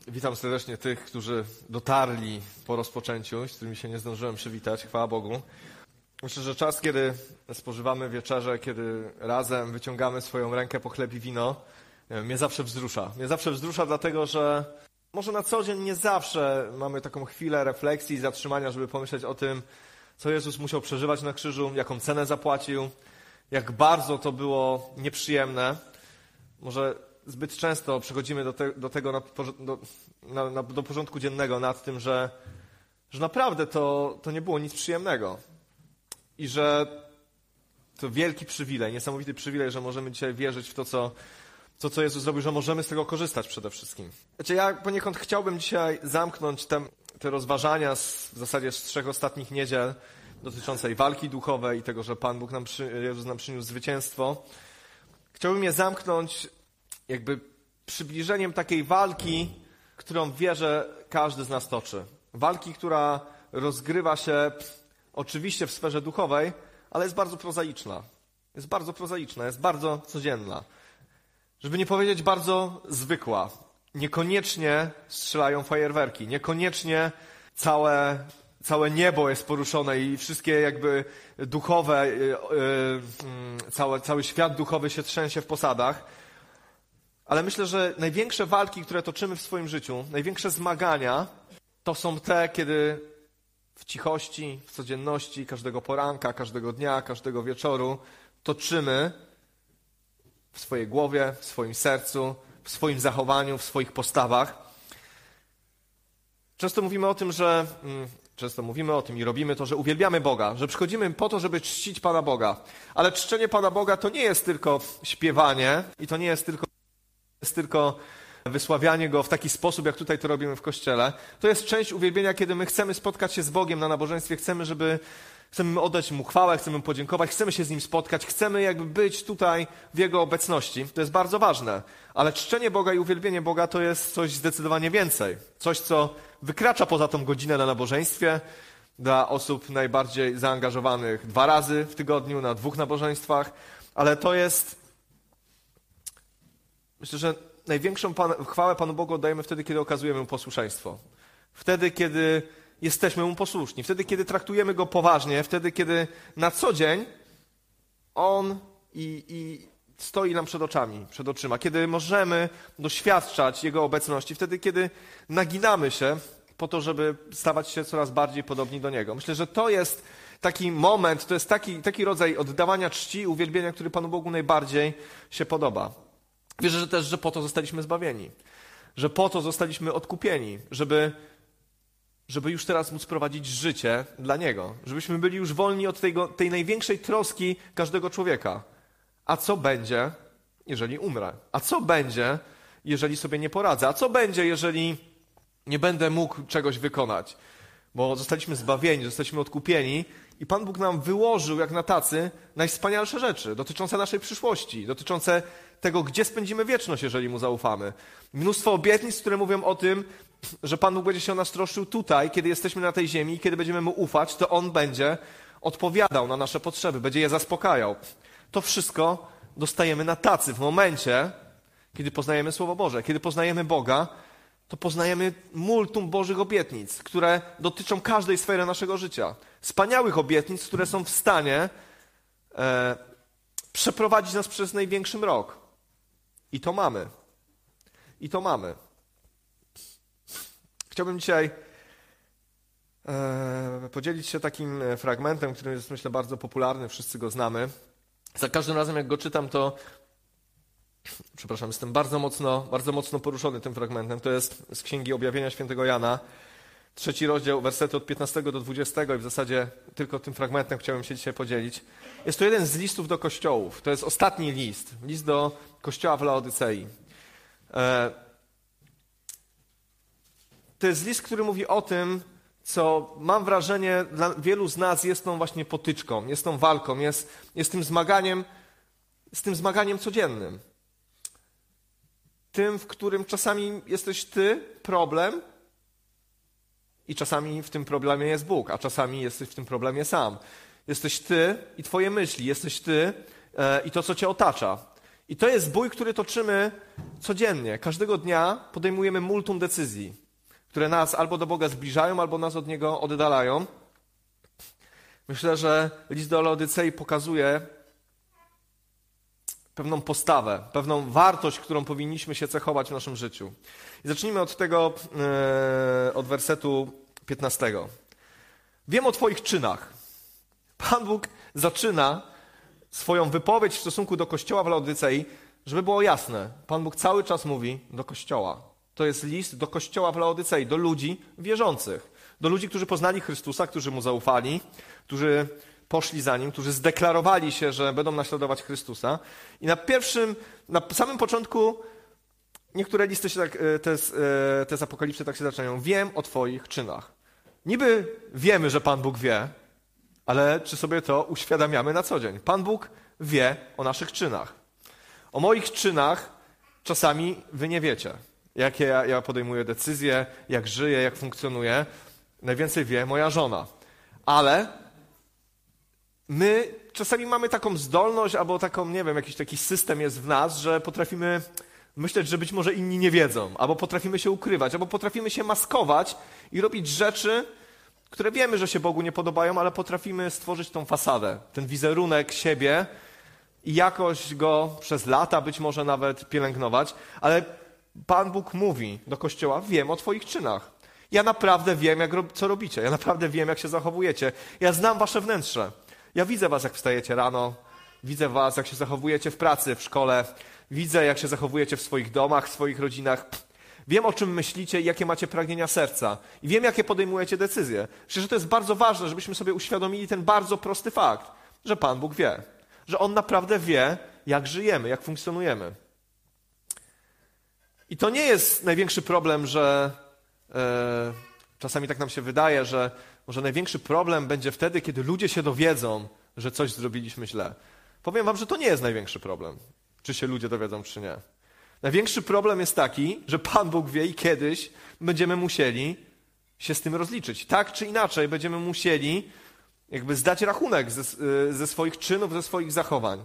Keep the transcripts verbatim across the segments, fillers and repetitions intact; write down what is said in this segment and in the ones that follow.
Witam serdecznie tych, którzy dotarli po rozpoczęciu, z którymi się nie zdążyłem przywitać, chwała Bogu. Myślę, że czas, kiedy spożywamy wieczerzę, kiedy razem wyciągamy swoją rękę po chleb i wino, mnie zawsze wzrusza. Mnie zawsze wzrusza dlatego, że może na co dzień nie zawsze mamy taką chwilę refleksji i zatrzymania, żeby pomyśleć o tym, co Jezus musiał przeżywać na krzyżu, jaką cenę zapłacił, jak bardzo to było nieprzyjemne. Może zbyt często przechodzimy do, te, do tego, na, do, na, na, do porządku dziennego nad tym, że, że naprawdę to, to nie było nic przyjemnego. I że to wielki przywilej, niesamowity przywilej, że możemy dzisiaj wierzyć w to, co, to, co Jezus zrobił, że możemy z tego korzystać przede wszystkim. Znaczy, ja poniekąd chciałbym dzisiaj zamknąć te, te rozważania z, w zasadzie z trzech ostatnich niedziel dotyczącej walki duchowej i tego, że Pan Bóg nam, przy, Jezus nam przyniósł zwycięstwo. Chciałbym je zamknąć jakby przybliżeniem takiej walki, którą wierzę każdy z nas toczy. Walki, która rozgrywa się oczywiście w sferze duchowej, ale jest bardzo prozaiczna. Jest bardzo prozaiczna, jest bardzo codzienna. Żeby nie powiedzieć bardzo zwykła. Niekoniecznie strzelają fajerwerki, niekoniecznie całe, całe niebo jest poruszone i wszystkie jakby duchowe, yy, yy, cały, cały świat duchowy się trzęsie w posadach. Ale myślę, że największe walki, które toczymy w swoim życiu, największe zmagania, to są te, kiedy w cichości, w codzienności, każdego poranka, każdego dnia, każdego wieczoru toczymy w swojej głowie, w swoim sercu, w swoim zachowaniu, w swoich postawach. Często mówimy o tym, że często mówimy o tym i robimy to, że uwielbiamy Boga, że przychodzimy po to, żeby czcić Pana Boga. Ale czczenie Pana Boga to nie jest tylko śpiewanie i to nie jest tylko jest tylko wysławianie Go w taki sposób, jak tutaj to robimy w Kościele. To jest część uwielbienia, kiedy my chcemy spotkać się z Bogiem na nabożeństwie, chcemy, żeby chcemy oddać Mu chwałę, chcemy Mu podziękować, chcemy się z Nim spotkać, chcemy jakby być tutaj w Jego obecności. To jest bardzo ważne. Ale czczenie Boga i uwielbienie Boga to jest coś zdecydowanie więcej. Coś, co wykracza poza tą godzinę na nabożeństwie dla osób najbardziej zaangażowanych dwa razy w tygodniu, na dwóch nabożeństwach. Ale to jest... Myślę, że największą pan, chwałę Panu Bogu oddajemy wtedy, kiedy okazujemy Mu posłuszeństwo. Wtedy, kiedy jesteśmy Mu posłuszni. Wtedy, kiedy traktujemy Go poważnie. Wtedy, kiedy na co dzień On i, i stoi nam przed oczami, przed oczyma. Kiedy możemy doświadczać Jego obecności. Wtedy, kiedy naginamy się po to, żeby stawać się coraz bardziej podobni do Niego. Myślę, że to jest taki moment, to jest taki, taki rodzaj oddawania czci i uwielbienia, który Panu Bogu najbardziej się podoba. Wierzę, że też, że po to zostaliśmy zbawieni, że po to zostaliśmy odkupieni, żeby, żeby już teraz móc prowadzić życie dla Niego, żebyśmy byli już wolni od tego, tej największej troski każdego człowieka. A co będzie, jeżeli umrę? A co będzie, jeżeli sobie nie poradzę? A co będzie, jeżeli nie będę mógł czegoś wykonać? Bo zostaliśmy zbawieni, zostaliśmy odkupieni i Pan Bóg nam wyłożył jak na tacy najwspanialsze rzeczy dotyczące naszej przyszłości, dotyczące tego, gdzie spędzimy wieczność, jeżeli Mu zaufamy. Mnóstwo obietnic, które mówią o tym, że Pan Bóg będzie się o nas troszczył tutaj, kiedy jesteśmy na tej ziemi i kiedy będziemy Mu ufać, to On będzie odpowiadał na nasze potrzeby, będzie je zaspokajał. To wszystko dostajemy na tacy w momencie, kiedy poznajemy Słowo Boże. Kiedy poznajemy Boga, to poznajemy multum Bożych obietnic, które dotyczą każdej sfery naszego życia. Wspaniałych obietnic, które są w stanie e, przeprowadzić nas przez największy mrok. I to mamy. I to mamy. Chciałbym dzisiaj e, podzielić się takim fragmentem, który jest, myślę, bardzo popularny, wszyscy go znamy. Za każdym razem, jak go czytam, to przepraszam, jestem bardzo mocno, bardzo mocno poruszony tym fragmentem. To jest z Księgi Objawienia Świętego Jana, trzeci rozdział, wersety od piętnastego do dwudziestego i w zasadzie tylko tym fragmentem chciałem się dzisiaj podzielić. Jest to jeden z listów do kościołów. To jest ostatni list. List do kościoła w Laodycei. To jest list, który mówi o tym, co mam wrażenie dla wielu z nas jest tą właśnie potyczką, jest tą walką, jest, jest tym zmaganiem, z tym zmaganiem codziennym. Tym, w którym czasami jesteś ty, problem, i czasami w tym problemie jest Bóg, a czasami jesteś w tym problemie sam. Jesteś ty i twoje myśli, jesteś ty e, i to, co cię otacza. I to jest bój, który toczymy codziennie. Każdego dnia podejmujemy multum decyzji, które nas albo do Boga zbliżają, albo nas od Niego oddalają. Myślę, że list do Laodycei pokazuje pewną postawę, pewną wartość, którą powinniśmy się cechować w naszym życiu. I zacznijmy od tego, yy, od wersetu piętnastego. Wiem o Twoich czynach. Pan Bóg zaczyna swoją wypowiedź w stosunku do Kościoła w Laodycei, żeby było jasne. Pan Bóg cały czas mówi do Kościoła. To jest list do Kościoła w Laodycei, do ludzi wierzących. Do ludzi, którzy poznali Chrystusa, którzy Mu zaufali, którzy poszli za Nim, którzy zdeklarowali się, że będą naśladować Chrystusa. I na pierwszym, na samym początku niektóre listy się tak, te, te z Apokalipsy tak się zaczynają. Wiem o Twoich czynach. Niby wiemy, że Pan Bóg wie, ale czy sobie to uświadamiamy na co dzień? Pan Bóg wie o naszych czynach. O moich czynach czasami wy nie wiecie. Jakie ja, ja podejmuję decyzje, jak żyję, jak funkcjonuję. Najwięcej wie moja żona. Ale my czasami mamy taką zdolność, albo taką, nie wiem, jakiś taki system jest w nas, że potrafimy myśleć, że być może inni nie wiedzą, albo potrafimy się ukrywać, albo potrafimy się maskować i robić rzeczy, które wiemy, że się Bogu nie podobają, ale potrafimy stworzyć tą fasadę, ten wizerunek siebie i jakoś go przez lata być może nawet pielęgnować, ale Pan Bóg mówi do Kościoła, wiem o Twoich czynach. Ja naprawdę wiem, jak, co robicie. Ja naprawdę wiem, jak się zachowujecie. Ja znam wasze wnętrze. Ja widzę was, jak wstajecie rano. Widzę was, jak się zachowujecie w pracy, w szkole. Widzę, jak się zachowujecie w swoich domach, w swoich rodzinach. Wiem, o czym myślicie i jakie macie pragnienia serca. I wiem, jakie podejmujecie decyzje. Myślę, że to jest bardzo ważne, żebyśmy sobie uświadomili ten bardzo prosty fakt, że Pan Bóg wie. Że On naprawdę wie, jak żyjemy, jak funkcjonujemy. I to nie jest największy problem, że e, czasami tak nam się wydaje, że może największy problem będzie wtedy, kiedy ludzie się dowiedzą, że coś zrobiliśmy źle. Powiem wam, że to nie jest największy problem, czy się ludzie dowiedzą, czy nie. Największy problem jest taki, że Pan Bóg wie i kiedyś będziemy musieli się z tym rozliczyć. Tak czy inaczej będziemy musieli jakby zdać rachunek ze, ze swoich czynów, ze swoich zachowań.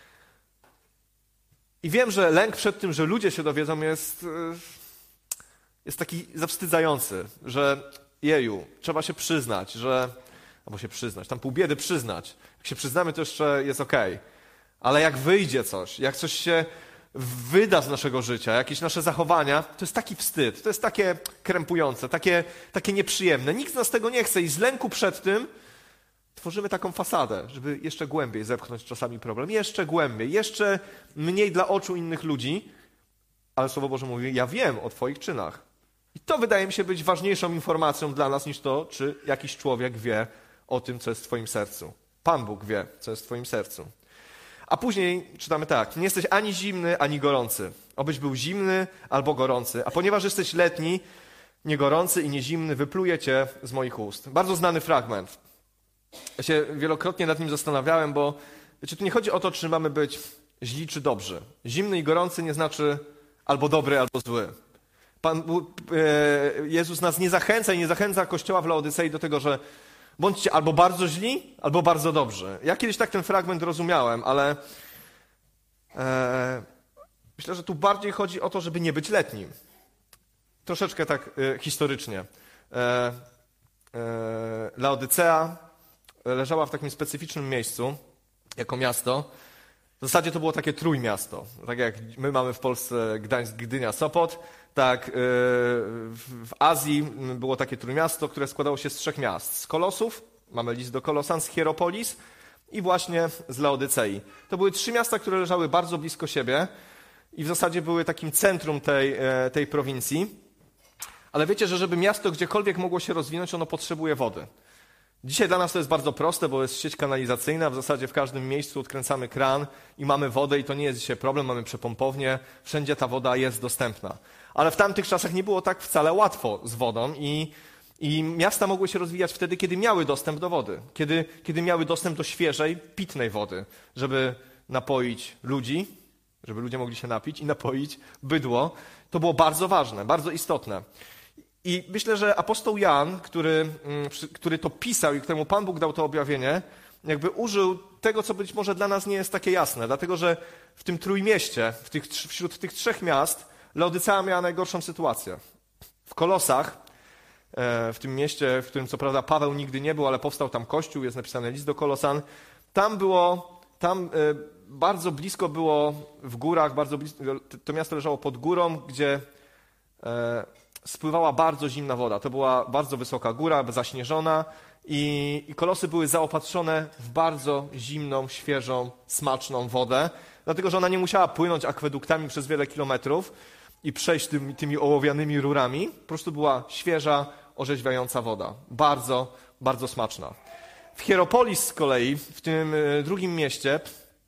I wiem, że lęk przed tym, że ludzie się dowiedzą, jest, jest taki zawstydzający, że jeju, trzeba się przyznać, że, albo się przyznać, tam pół biedy przyznać. Jak się przyznamy, to jeszcze jest okej. Ale jak wyjdzie coś, jak coś się wyda z naszego życia, jakieś nasze zachowania, to jest taki wstyd, to jest takie krępujące, takie, takie nieprzyjemne. Nikt z nas tego nie chce i z lęku przed tym tworzymy taką fasadę, żeby jeszcze głębiej zepchnąć czasami problem, jeszcze głębiej, jeszcze mniej dla oczu innych ludzi, ale Słowo Boże mówi, ja wiem o Twoich czynach. I to wydaje mi się być ważniejszą informacją dla nas niż to, czy jakiś człowiek wie o tym, co jest w Twoim sercu. Pan Bóg wie, co jest w Twoim sercu. A później czytamy tak, nie jesteś ani zimny, ani gorący. Obyś był zimny albo gorący. A ponieważ jesteś letni, nie gorący i nie zimny, wypluję cię z moich ust. Bardzo znany fragment. Ja się wielokrotnie nad nim zastanawiałem, bo wiecie, tu nie chodzi o to, czy mamy być źli czy dobrzy. Zimny i gorący nie znaczy albo dobry, albo zły. Pan Jezus nas nie zachęca i nie zachęca Kościoła w Laodycei do tego, że bądźcie albo bardzo źli, albo bardzo dobrzy. Ja kiedyś tak ten fragment rozumiałem, ale e, myślę, że tu bardziej chodzi o to, żeby nie być letnim. Troszeczkę tak e, historycznie. E, e, Laodycea leżała w takim specyficznym miejscu, jako miasto. W zasadzie to było takie trójmiasto. Tak jak my mamy w Polsce Gdańsk, Gdynia, Sopot, tak w Azji było takie trójmiasto, które składało się z trzech miast. Z Kolosów, mamy list do Kolosan, z Hieropolis i właśnie z Laodycei. To były trzy miasta, które leżały bardzo blisko siebie i w zasadzie były takim centrum tej, tej prowincji. Ale wiecie, że żeby miasto gdziekolwiek mogło się rozwinąć, ono potrzebuje wody. Dzisiaj dla nas to jest bardzo proste, bo jest sieć kanalizacyjna, w zasadzie w każdym miejscu odkręcamy kran i mamy wodę i to nie jest dzisiaj problem, mamy przepompownię, wszędzie ta woda jest dostępna. Ale w tamtych czasach nie było tak wcale łatwo z wodą i, i miasta mogły się rozwijać wtedy, kiedy miały dostęp do wody, kiedy, kiedy miały dostęp do świeżej, pitnej wody, żeby napoić ludzi, żeby ludzie mogli się napić i napoić bydło. To było bardzo ważne, bardzo istotne. I myślę, że apostoł Jan, który, który to pisał i któremu Pan Bóg dał to objawienie, jakby użył tego, co być może dla nas nie jest takie jasne, dlatego że w tym Trójmieście, w tych, wśród tych trzech miast, Laodycea miała najgorszą sytuację. W Kolosach, w tym mieście, w którym co prawda Paweł nigdy nie był, ale powstał tam kościół, jest napisany list do Kolosan, tam było, tam bardzo blisko było w górach, bardzo blisko, to miasto leżało pod górą, gdzie spływała bardzo zimna woda. To była bardzo wysoka góra, zaśnieżona i, i Kolosy były zaopatrzone w bardzo zimną, świeżą, smaczną wodę, dlatego że ona nie musiała płynąć akweduktami przez wiele kilometrów i przejść tymi, tymi ołowianymi rurami. Po prostu była świeża, orzeźwiająca woda. Bardzo, bardzo smaczna. W Hieropolis z kolei, w tym drugim mieście,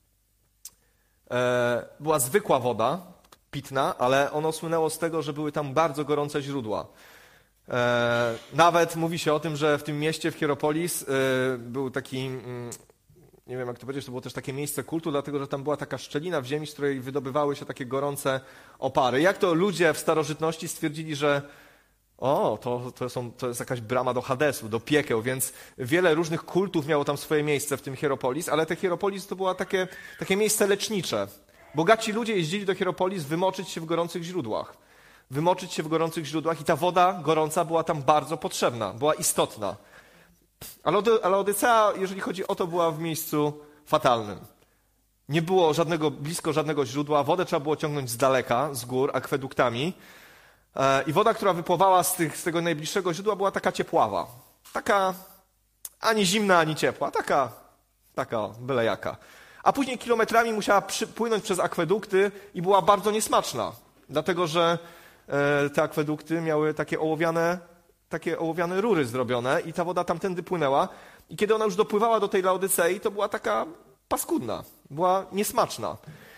e, była zwykła woda, pitna, ale ono słynęło z tego, że były tam bardzo gorące źródła. E, nawet mówi się o tym, że w tym mieście, w Hieropolis, e, był taki, mm, nie wiem jak to powiedzieć, to było też takie miejsce kultu, dlatego że tam była taka szczelina w ziemi, z której wydobywały się takie gorące opary. Jak to ludzie w starożytności stwierdzili, że o, to, to, są, to jest jakaś brama do Hadesu, do piekieł, więc wiele różnych kultów miało tam swoje miejsce w tym Hieropolis, ale te Hieropolis to było takie, takie miejsce lecznicze. Bogaci ludzie jeździli do Hieropolis wymoczyć się w gorących źródłach. Wymoczyć się w gorących źródłach i ta woda gorąca była tam bardzo potrzebna, była istotna. Ale Laodycea, jeżeli chodzi o to, była w miejscu fatalnym. Nie było żadnego, blisko żadnego źródła, wodę trzeba było ciągnąć z daleka, z gór, akweduktami. I woda, która wypływała z, tych, z tego najbliższego źródła, była taka ciepława. Taka ani zimna, ani ciepła. Taka, taka byle jaka. A później kilometrami musiała płynąć przez akwedukty i była bardzo niesmaczna. Dlatego, że e, te akwedukty miały takie ołowiane, takie ołowiane rury zrobione i ta woda tamtędy płynęła. I kiedy ona już dopływała do tej Laodycei, to była taka paskudna. Była niesmaczna.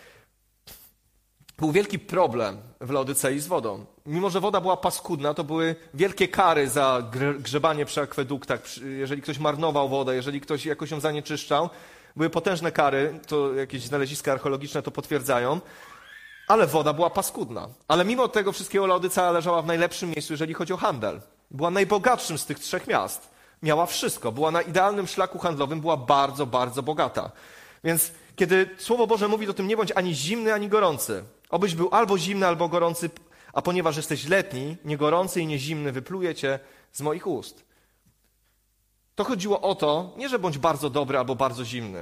Był wielki problem w Laodycei z wodą. Mimo że woda była paskudna, to były wielkie kary za grzebanie przy akweduktach, jeżeli ktoś marnował wodę, jeżeli ktoś jakoś ją zanieczyszczał. Były potężne kary, to jakieś znaleziska archeologiczne to potwierdzają, ale woda była paskudna. Ale mimo tego wszystkiego Laodycea leżała w najlepszym miejscu, jeżeli chodzi o handel. Była najbogatszym z tych trzech miast. Miała wszystko, była na idealnym szlaku handlowym, była bardzo, bardzo bogata. Więc kiedy Słowo Boże mówi o tym, nie bądź ani zimny, ani gorący. Obyś był albo zimny, albo gorący, a ponieważ jesteś letni, nie gorący i nie zimny, wypluję cię z moich ust. To chodziło o to, nie że bądź bardzo dobry albo bardzo zimny,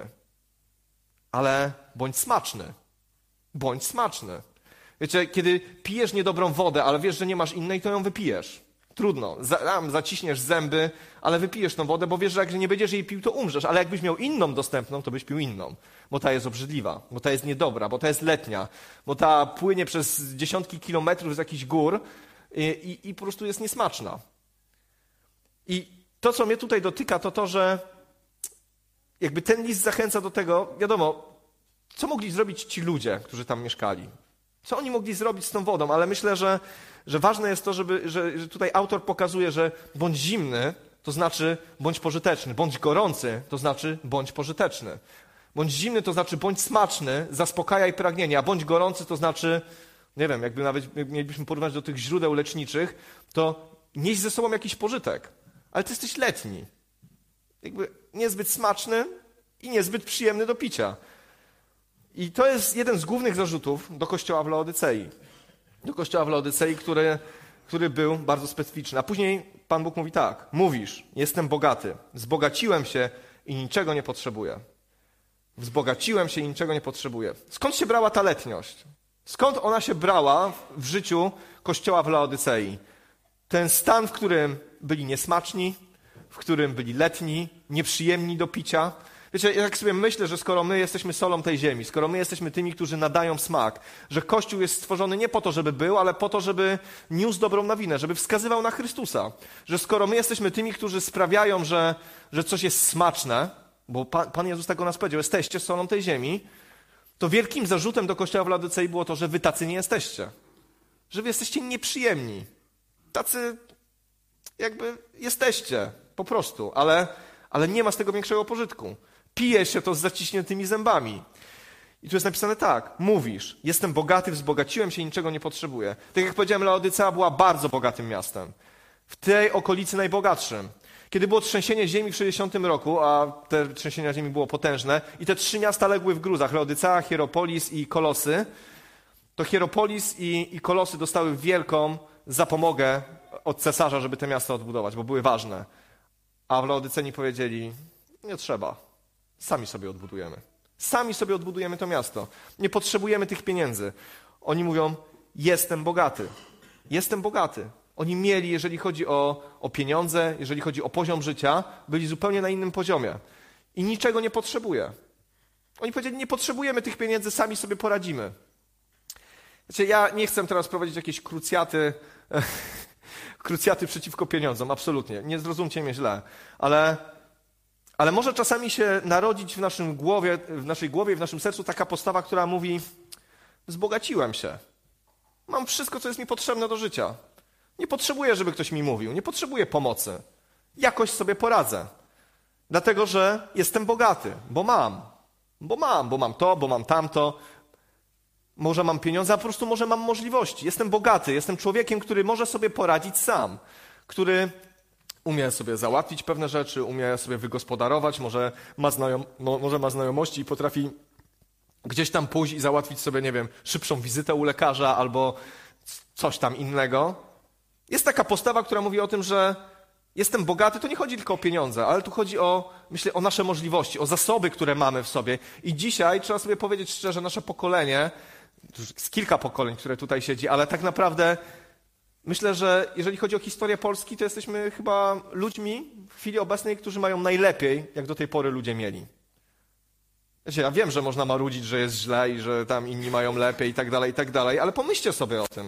ale bądź smaczny. Bądź smaczny. Wiecie, kiedy pijesz niedobrą wodę, ale wiesz, że nie masz innej, to ją wypijesz. Trudno, Za, zaciśniesz zęby, ale wypijesz tą wodę, bo wiesz, że jak nie będziesz jej pił, to umrzesz. Ale jakbyś miał inną dostępną, to byś pił inną. Bo ta jest obrzydliwa, bo ta jest niedobra, bo ta jest letnia, bo ta płynie przez dziesiątki kilometrów z jakichś gór i, i, i po prostu jest niesmaczna. I to, co mnie tutaj dotyka, to to, że jakby ten list zachęca do tego, wiadomo, co mogli zrobić ci ludzie, którzy tam mieszkali. Co oni mogli zrobić z tą wodą, ale myślę, że, że ważne jest to, żeby, że, że tutaj autor pokazuje, że bądź zimny, to znaczy bądź pożyteczny, bądź gorący, to znaczy bądź pożyteczny. Bądź zimny, to znaczy bądź smaczny, zaspokajaj pragnienia, a bądź gorący, to znaczy, nie wiem, jakby nawet mielibyśmy porównać do tych źródeł leczniczych, to nieś ze sobą jakiś pożytek, ale ty jesteś letni. Jakby niezbyt smaczny i niezbyt przyjemny do picia. I to jest jeden z głównych zarzutów do kościoła w Laodycei. Do kościoła w Laodycei, który, który był bardzo specyficzny. A później Pan Bóg mówi tak, mówisz, jestem bogaty, wzbogaciłem się i niczego nie potrzebuję. Wzbogaciłem się i niczego nie potrzebuję. Skąd się brała ta letniość? Skąd ona się brała w życiu kościoła w Laodycei? Ten stan, w którym byli niesmaczni, w którym byli letni, nieprzyjemni do picia. Wiecie, jak sobie myślę, że skoro my jesteśmy solą tej ziemi, skoro my jesteśmy tymi, którzy nadają smak, że Kościół jest stworzony nie po to, żeby był, ale po to, żeby niósł dobrą nowinę, żeby wskazywał na Chrystusa. Że skoro my jesteśmy tymi, którzy sprawiają, że, że coś jest smaczne, bo Pan, Pan Jezus tak o nas powiedział, jesteście solą tej ziemi, to wielkim zarzutem do Kościoła w Laodycei było to, że wy tacy nie jesteście. Że wy jesteście nieprzyjemni. Tacy jakby jesteście, po prostu, ale, ale nie ma z tego większego pożytku. Pije się to z zaciśniętymi zębami. I tu jest napisane tak, mówisz, jestem bogaty, wzbogaciłem się i niczego nie potrzebuję. Tak jak powiedziałem, Laodycea była bardzo bogatym miastem. W tej okolicy najbogatszym. Kiedy było trzęsienie ziemi w sześćdziesiątym roku, a te trzęsienia ziemi było potężne i te trzy miasta legły w gruzach, Laodycea, Hierapolis i Kolosy, to Hierapolis i, i Kolosy dostały wielką zapomogę od cesarza, żeby te miasta odbudować, bo były ważne. A w Laodycei powiedzieli, nie trzeba, sami sobie odbudujemy. Sami sobie odbudujemy to miasto. Nie potrzebujemy tych pieniędzy. Oni mówią, jestem bogaty. Jestem bogaty. Oni mieli, jeżeli chodzi o, o pieniądze, jeżeli chodzi o poziom życia, byli zupełnie na innym poziomie. I niczego nie potrzebuję. Oni powiedzieli, nie potrzebujemy tych pieniędzy, sami sobie poradzimy. Znaczy, ja nie chcę teraz prowadzić jakieś krucjaty, krucjaty przeciwko pieniądzom, absolutnie. Nie zrozumcie mnie źle. Ale, ale może czasami się narodzić w naszym głowie, w naszej głowie, w naszym sercu taka postawa, która mówi, wzbogaciłem się. Mam wszystko, co jest mi potrzebne do życia. Nie potrzebuję, żeby ktoś mi mówił. Nie potrzebuję pomocy. Jakoś sobie poradzę. Dlatego, że jestem bogaty, bo mam. Bo mam, bo mam to, bo mam tamto. Może mam pieniądze, a po prostu może mam możliwości. Jestem bogaty, jestem człowiekiem, który może sobie poradzić sam. Który umie sobie załatwić pewne rzeczy, umie sobie wygospodarować, może ma, znajom, no, może ma znajomości i potrafi gdzieś tam pójść i załatwić sobie, nie wiem, szybszą wizytę u lekarza albo coś tam innego. Jest taka postawa, która mówi o tym, że jestem bogaty, to nie chodzi tylko o pieniądze, ale tu chodzi o, myślę, o nasze możliwości, o zasoby, które mamy w sobie. I dzisiaj trzeba sobie powiedzieć szczerze, nasze pokolenie, z kilka pokoleń, które tutaj siedzi, ale tak naprawdę myślę, że jeżeli chodzi o historię Polski, to jesteśmy chyba ludźmi w chwili obecnej, którzy mają najlepiej, jak do tej pory ludzie mieli. Wiecie, ja wiem, że można marudzić, że jest źle i że tam inni mają lepiej i tak dalej, i tak dalej, ale pomyślcie sobie o tym.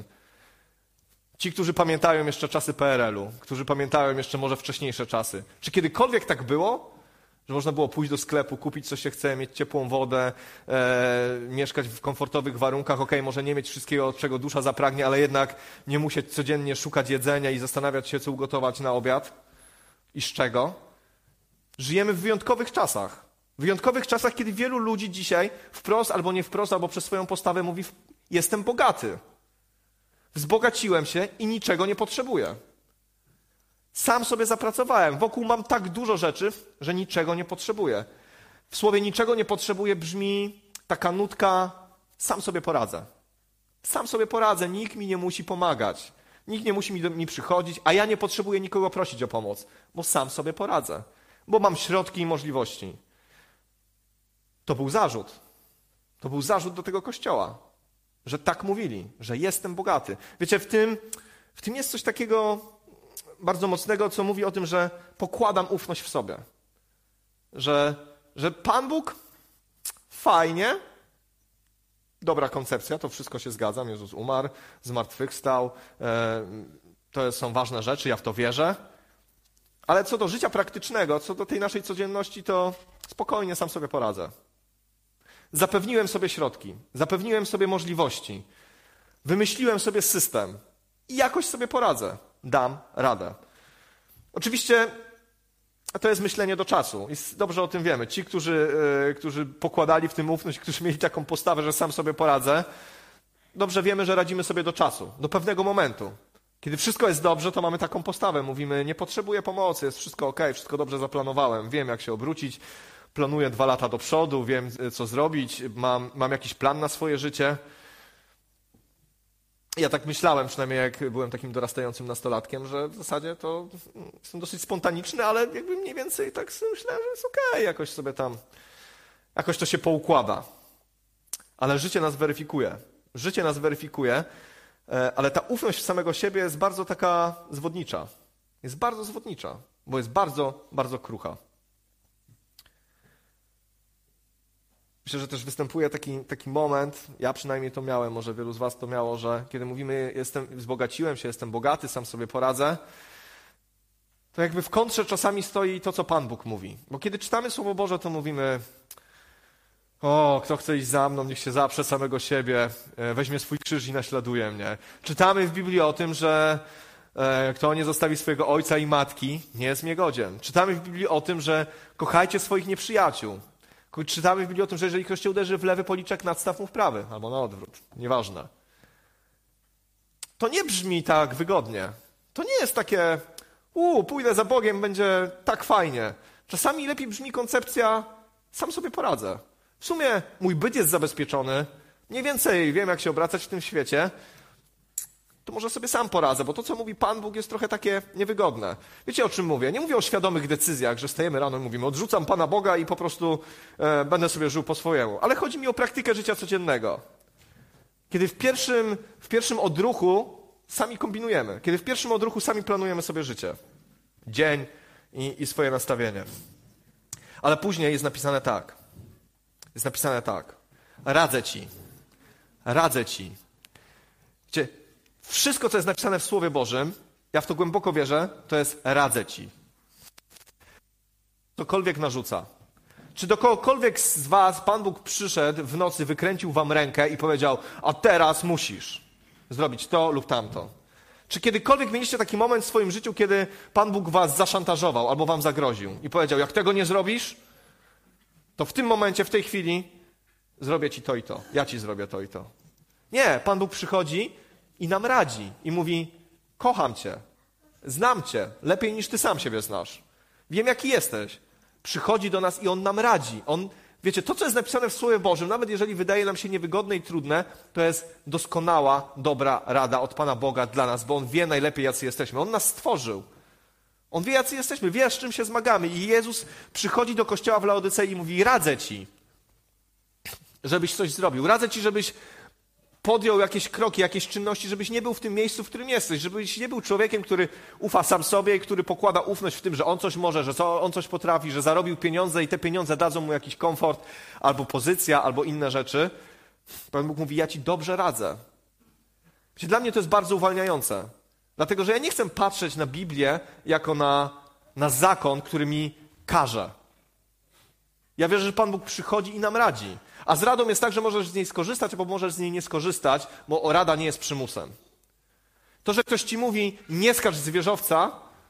Ci, którzy pamiętają jeszcze czasy P R L u, którzy pamiętają jeszcze może wcześniejsze czasy. Czy kiedykolwiek tak było, że można było pójść do sklepu, kupić co się chce, mieć ciepłą wodę, e, mieszkać w komfortowych warunkach, okej, może nie mieć wszystkiego, czego dusza zapragnie, ale jednak nie musieć codziennie szukać jedzenia i zastanawiać się, co ugotować na obiad i z czego. Żyjemy w wyjątkowych czasach. W wyjątkowych czasach, kiedy wielu ludzi dzisiaj wprost albo nie wprost, albo przez swoją postawę mówi, jestem bogaty. Wzbogaciłem się i niczego nie potrzebuję. Sam sobie zapracowałem. Wokół mam tak dużo rzeczy, że niczego nie potrzebuję. W słowie niczego nie potrzebuję brzmi taka nutka, sam sobie poradzę. Sam sobie poradzę, nikt mi nie musi pomagać. Nikt nie musi mi, do, mi przychodzić, a ja nie potrzebuję nikogo prosić o pomoc, bo sam sobie poradzę. Bo mam środki i możliwości. To był zarzut. To był zarzut do tego kościoła. Że tak mówili, że jestem bogaty. Wiecie, w tym, w tym jest coś takiego bardzo mocnego, co mówi o tym, że pokładam ufność w sobie. Że, że Pan Bóg, fajnie, dobra koncepcja, to wszystko się zgadzam. Jezus umarł, zmartwychwstał, e, to są ważne rzeczy, ja w to wierzę. Ale co do życia praktycznego, co do tej naszej codzienności, to spokojnie sam sobie poradzę. Zapewniłem sobie środki, zapewniłem sobie możliwości, wymyśliłem sobie system i jakoś sobie poradzę, dam radę. Oczywiście to jest myślenie do czasu i dobrze o tym wiemy. Ci, którzy, yy, którzy pokładali w tym ufność, którzy mieli taką postawę, że sam sobie poradzę, dobrze wiemy, że radzimy sobie do czasu, do pewnego momentu. Kiedy wszystko jest dobrze, to mamy taką postawę. Mówimy, nie potrzebuję pomocy, jest wszystko okej, wszystko dobrze zaplanowałem, wiem jak się obrócić, planuję dwa lata do przodu, wiem co zrobić, mam, mam jakiś plan na swoje życie. Ja tak myślałem, przynajmniej jak byłem takim dorastającym nastolatkiem, że w zasadzie to jestem dosyć spontaniczny, ale jakby mniej więcej tak sobie myślałem, że jest okej, jakoś sobie tam, jakoś to się poukłada. Ale życie nas weryfikuje. Życie nas weryfikuje, ale ta ufność w samego siebie jest bardzo taka zwodnicza. Jest bardzo zwodnicza, bo jest bardzo, bardzo krucha. Myślę, że też występuje taki, taki moment, ja przynajmniej to miałem, może wielu z was to miało, że kiedy mówimy, jestem, wzbogaciłem się, jestem bogaty, sam sobie poradzę, to jakby w kontrze czasami stoi to, co Pan Bóg mówi. Bo kiedy czytamy Słowo Boże, to mówimy, o, kto chce iść za mną, niech się zaprze samego siebie, weźmie swój krzyż i naśladuje mnie. Czytamy w Biblii o tym, że kto nie zostawi swojego ojca i matki, nie jest mnie godzien. Czytamy w Biblii o tym, że kochajcie swoich nieprzyjaciół. Czytamy w Biblii o tym, że jeżeli ktoś cię uderzy w lewy policzek, nadstaw mu w prawy, albo na odwrót, nieważne. To nie brzmi tak wygodnie. To nie jest takie, U, pójdę za Bogiem, będzie tak fajnie. Czasami lepiej brzmi koncepcja, sam sobie poradzę. W sumie mój byt jest zabezpieczony, mniej więcej wiem, jak się obracać w tym świecie, to może sobie sam poradzę, bo to, co mówi Pan Bóg, jest trochę takie niewygodne. Wiecie, o czym mówię? Nie mówię o świadomych decyzjach, że stajemy rano i mówimy, odrzucam Pana Boga i po prostu e, będę sobie żył po swojemu. Ale chodzi mi o praktykę życia codziennego. Kiedy w pierwszym, w pierwszym odruchu sami kombinujemy, kiedy w pierwszym odruchu sami planujemy sobie życie, dzień i, i swoje nastawienie. Ale później jest napisane tak. Jest napisane tak. Radzę ci. Radzę ci. Wiecie, wszystko, co jest napisane w Słowie Bożym, ja w to głęboko wierzę, to jest radzę ci. Cokolwiek narzuca. Czy do kogokolwiek z was Pan Bóg przyszedł w nocy, wykręcił wam rękę i powiedział, a teraz musisz zrobić to lub tamto? Czy kiedykolwiek mieliście taki moment w swoim życiu, kiedy Pan Bóg was zaszantażował albo wam zagroził i powiedział, jak tego nie zrobisz, to w tym momencie, w tej chwili zrobię ci to i to. Ja ci zrobię to i to. Nie, Pan Bóg przychodzi i nam radzi i mówi, kocham cię, znam cię, lepiej niż ty sam siebie znasz. Wiem, jaki jesteś. Przychodzi do nas i On nam radzi. On, wiecie, to, co jest napisane w Słowie Bożym, nawet jeżeli wydaje nam się niewygodne i trudne, to jest doskonała, dobra rada od Pana Boga dla nas, bo On wie najlepiej, jacy jesteśmy. On nas stworzył. On wie, jacy jesteśmy, wie, z czym się zmagamy. I Jezus przychodzi do kościoła w Laodycei i mówi, radzę ci, żebyś coś zrobił. Radzę ci, żebyś podjął jakieś kroki, jakieś czynności, żebyś nie był w tym miejscu, w którym jesteś, żebyś nie był człowiekiem, który ufa sam sobie i który pokłada ufność w tym, że on coś może, że on coś potrafi, że zarobił pieniądze i te pieniądze dadzą mu jakiś komfort, albo pozycja, albo inne rzeczy. Pan Bóg mówi, ja ci dobrze radzę. Dla mnie to jest bardzo uwalniające, dlatego że ja nie chcę patrzeć na Biblię jako na, na zakon, który mi każe. Ja wierzę, że Pan Bóg przychodzi i nam radzi. A z radą jest tak, że możesz z niej skorzystać, albo możesz z niej nie skorzystać, bo rada nie jest przymusem. To, że ktoś ci mówi, nie skacz z wieżowca,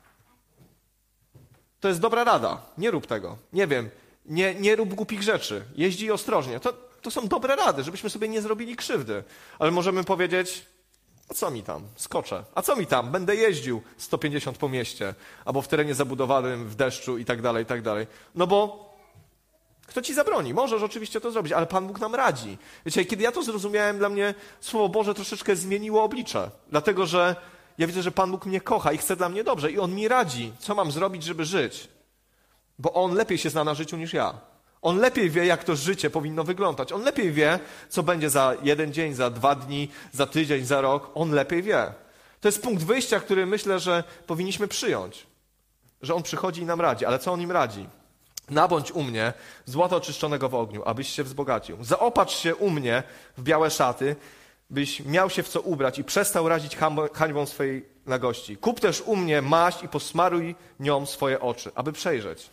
to jest dobra rada. Nie rób tego. Nie wiem, nie, nie rób głupich rzeczy. Jeździ ostrożnie. To, to są dobre rady, żebyśmy sobie nie zrobili krzywdy. Ale możemy powiedzieć, a co mi tam? Skoczę. A co mi tam? Będę jeździł sto pięćdziesiąt po mieście, albo w terenie zabudowanym, w deszczu i tak dalej, i tak dalej. No bo kto ci zabroni? Możesz oczywiście to zrobić, ale Pan Bóg nam radzi. Wiecie, kiedy ja to zrozumiałem, dla mnie Słowo Boże troszeczkę zmieniło oblicze. Dlatego, że ja widzę, że Pan Bóg mnie kocha i chce dla mnie dobrze. I On mi radzi, co mam zrobić, żeby żyć. Bo On lepiej się zna na życiu niż ja. On lepiej wie, jak to życie powinno wyglądać. On lepiej wie, co będzie za jeden dzień, za dwa dni, za tydzień, za rok. On lepiej wie. To jest punkt wyjścia, który myślę, że powinniśmy przyjąć. Że On przychodzi i nam radzi. Ale co On im radzi? Nabądź u mnie złota oczyszczonego w ogniu, abyś się wzbogacił. Zaopatrz się u mnie w białe szaty, byś miał się w co ubrać i przestał razić hańbą swojej nagości. Kup też u mnie maść i posmaruj nią swoje oczy, aby przejrzeć.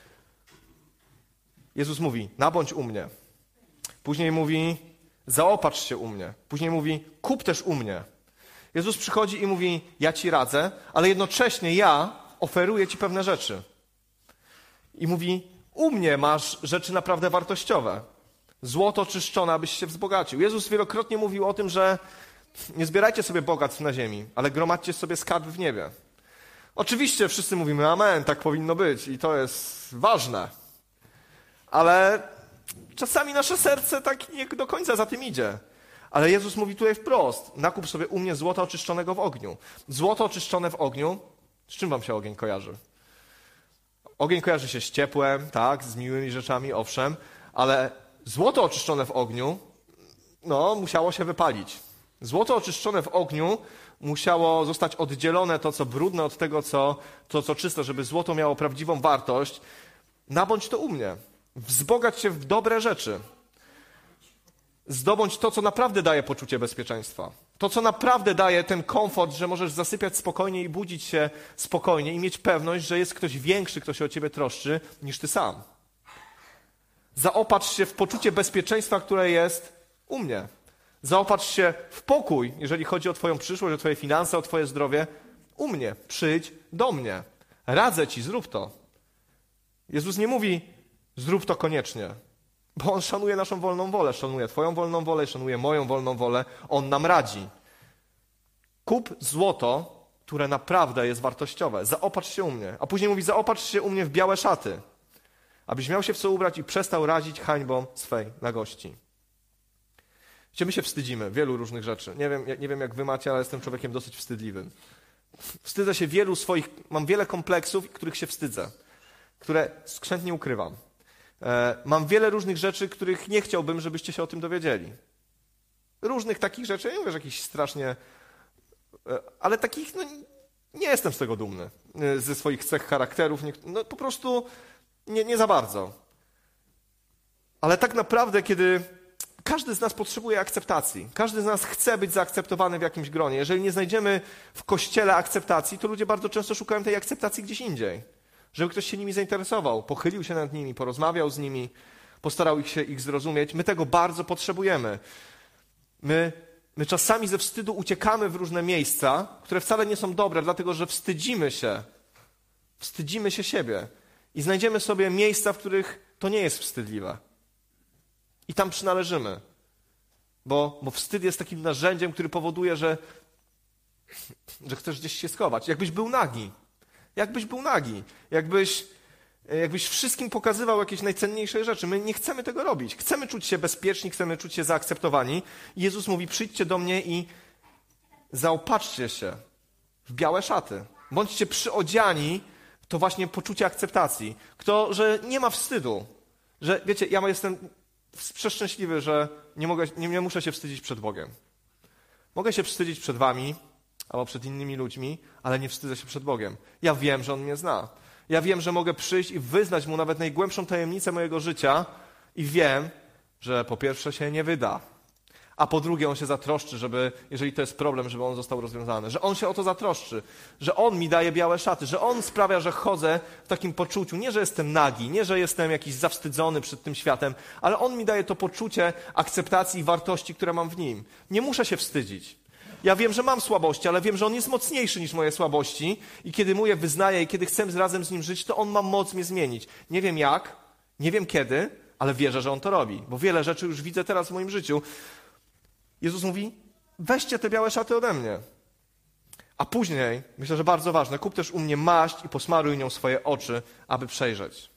Jezus mówi, nabądź u mnie. Później mówi, zaopatrz się u mnie. Później mówi, kup też u mnie. Jezus przychodzi i mówi, ja ci radzę, ale jednocześnie ja oferuję ci pewne rzeczy. I mówi, u mnie masz rzeczy naprawdę wartościowe. Złoto czyszczone, abyś się wzbogacił. Jezus wielokrotnie mówił o tym, że nie zbierajcie sobie bogactw na ziemi, ale gromadźcie sobie skarb w niebie. Oczywiście wszyscy mówimy, amen, tak powinno być i to jest ważne. Ale czasami nasze serce tak nie do końca za tym idzie. Ale Jezus mówi tutaj wprost, nakup sobie u mnie złota oczyszczonego w ogniu. Złoto oczyszczone w ogniu, z czym wam się ogień kojarzy? Ogień kojarzy się z ciepłem, tak, z miłymi rzeczami, owszem, ale złoto oczyszczone w ogniu, no, musiało się wypalić. Złoto oczyszczone w ogniu musiało zostać oddzielone, to co brudne od tego, co, to, co czyste, żeby złoto miało prawdziwą wartość. Nabądź to u mnie. Wzbogać się w dobre rzeczy. Zdobądź to, co naprawdę daje poczucie bezpieczeństwa. To, co naprawdę daje ten komfort, że możesz zasypiać spokojnie i budzić się spokojnie i mieć pewność, że jest ktoś większy, kto się o ciebie troszczy, niż ty sam. Zaopatrz się w poczucie bezpieczeństwa, które jest u mnie. Zaopatrz się w pokój, jeżeli chodzi o twoją przyszłość, o twoje finanse, o twoje zdrowie. U mnie. Przyjdź do mnie. Radzę ci, zrób to. Jezus nie mówi, zrób to koniecznie. Bo On szanuje naszą wolną wolę, szanuje twoją wolną wolę, szanuje moją wolną wolę. On nam radzi. Kup złoto które naprawdę jest wartościowe. Zaopatrz się u mnie. A później mówi, zaopatrz się u mnie w białe szaty, abyś miał się w co ubrać i przestał razić hańbą swej nagości. Gdzie my się wstydzimy wielu różnych rzeczy. Nie wiem, nie wiem, jak wy macie, ale jestem człowiekiem dosyć wstydliwym. Wstydzę się wielu swoich, mam wiele kompleksów, których się wstydzę, które skrzętnie ukrywam. E, mam wiele różnych rzeczy, których nie chciałbym, żebyście się o tym dowiedzieli. Różnych takich rzeczy, nie mówię, że jakichś strasznie, e, ale takich, no nie jestem z tego dumny, e, ze swoich cech charakterów, nie, no po prostu nie, nie za bardzo. Ale tak naprawdę, kiedy każdy z nas potrzebuje akceptacji. Każdy z nas chce być zaakceptowany w jakimś gronie. Jeżeli nie znajdziemy w Kościele akceptacji, to ludzie bardzo często szukają tej akceptacji gdzieś indziej. Żeby ktoś się nimi zainteresował, pochylił się nad nimi, porozmawiał z nimi, postarał ich się ich zrozumieć. My tego bardzo potrzebujemy. My, my czasami ze wstydu uciekamy w różne miejsca, które wcale nie są dobre, dlatego że wstydzimy się. Wstydzimy się siebie. I znajdziemy sobie miejsca, w których to nie jest wstydliwe. I tam przynależymy. Bo, bo wstyd jest takim narzędziem, który powoduje, że, że chcesz gdzieś się schować. Jakbyś był nagi. Jakbyś był nagi. Jakbyś, jakbyś wszystkim pokazywał jakieś najcenniejsze rzeczy. My nie chcemy tego robić. Chcemy czuć się bezpieczni, chcemy czuć się zaakceptowani. I Jezus mówi, przyjdźcie do mnie i zaopatrzcie się w białe szaty. Bądźcie przyodziani w to właśnie poczucie akceptacji. Kto, że nie ma wstydu. Że, wiecie, ja jestem przeszczęśliwy, że nie, mogę, nie, nie muszę się wstydzić przed Bogiem. Mogę się wstydzić przed wami albo przed innymi ludźmi, ale nie wstydzę się przed Bogiem. Ja wiem, że On mnie zna. Ja wiem, że mogę przyjść i wyznać Mu nawet najgłębszą tajemnicę mojego życia i wiem, że po pierwsze się nie wyda, a po drugie On się zatroszczy, żeby, jeżeli to jest problem, żeby on został rozwiązany. Że On się o to zatroszczy, że On mi daje białe szaty, że On sprawia, że chodzę w takim poczuciu, nie, że jestem nagi, nie, że jestem jakiś zawstydzony przed tym światem, ale On mi daje to poczucie akceptacji i wartości, które mam w Nim. Nie muszę się wstydzić. Ja wiem, że mam słabości, ale wiem, że On jest mocniejszy niż moje słabości i kiedy Mu je wyznaję i kiedy chcę razem z Nim żyć, to On ma moc mnie zmienić. Nie wiem jak, nie wiem kiedy, ale wierzę, że On to robi, bo wiele rzeczy już widzę teraz w moim życiu. Jezus mówi, weźcie te białe szaty ode mnie. A później, myślę, że bardzo ważne, kup też u mnie maść i posmaruj nią swoje oczy, aby przejrzeć.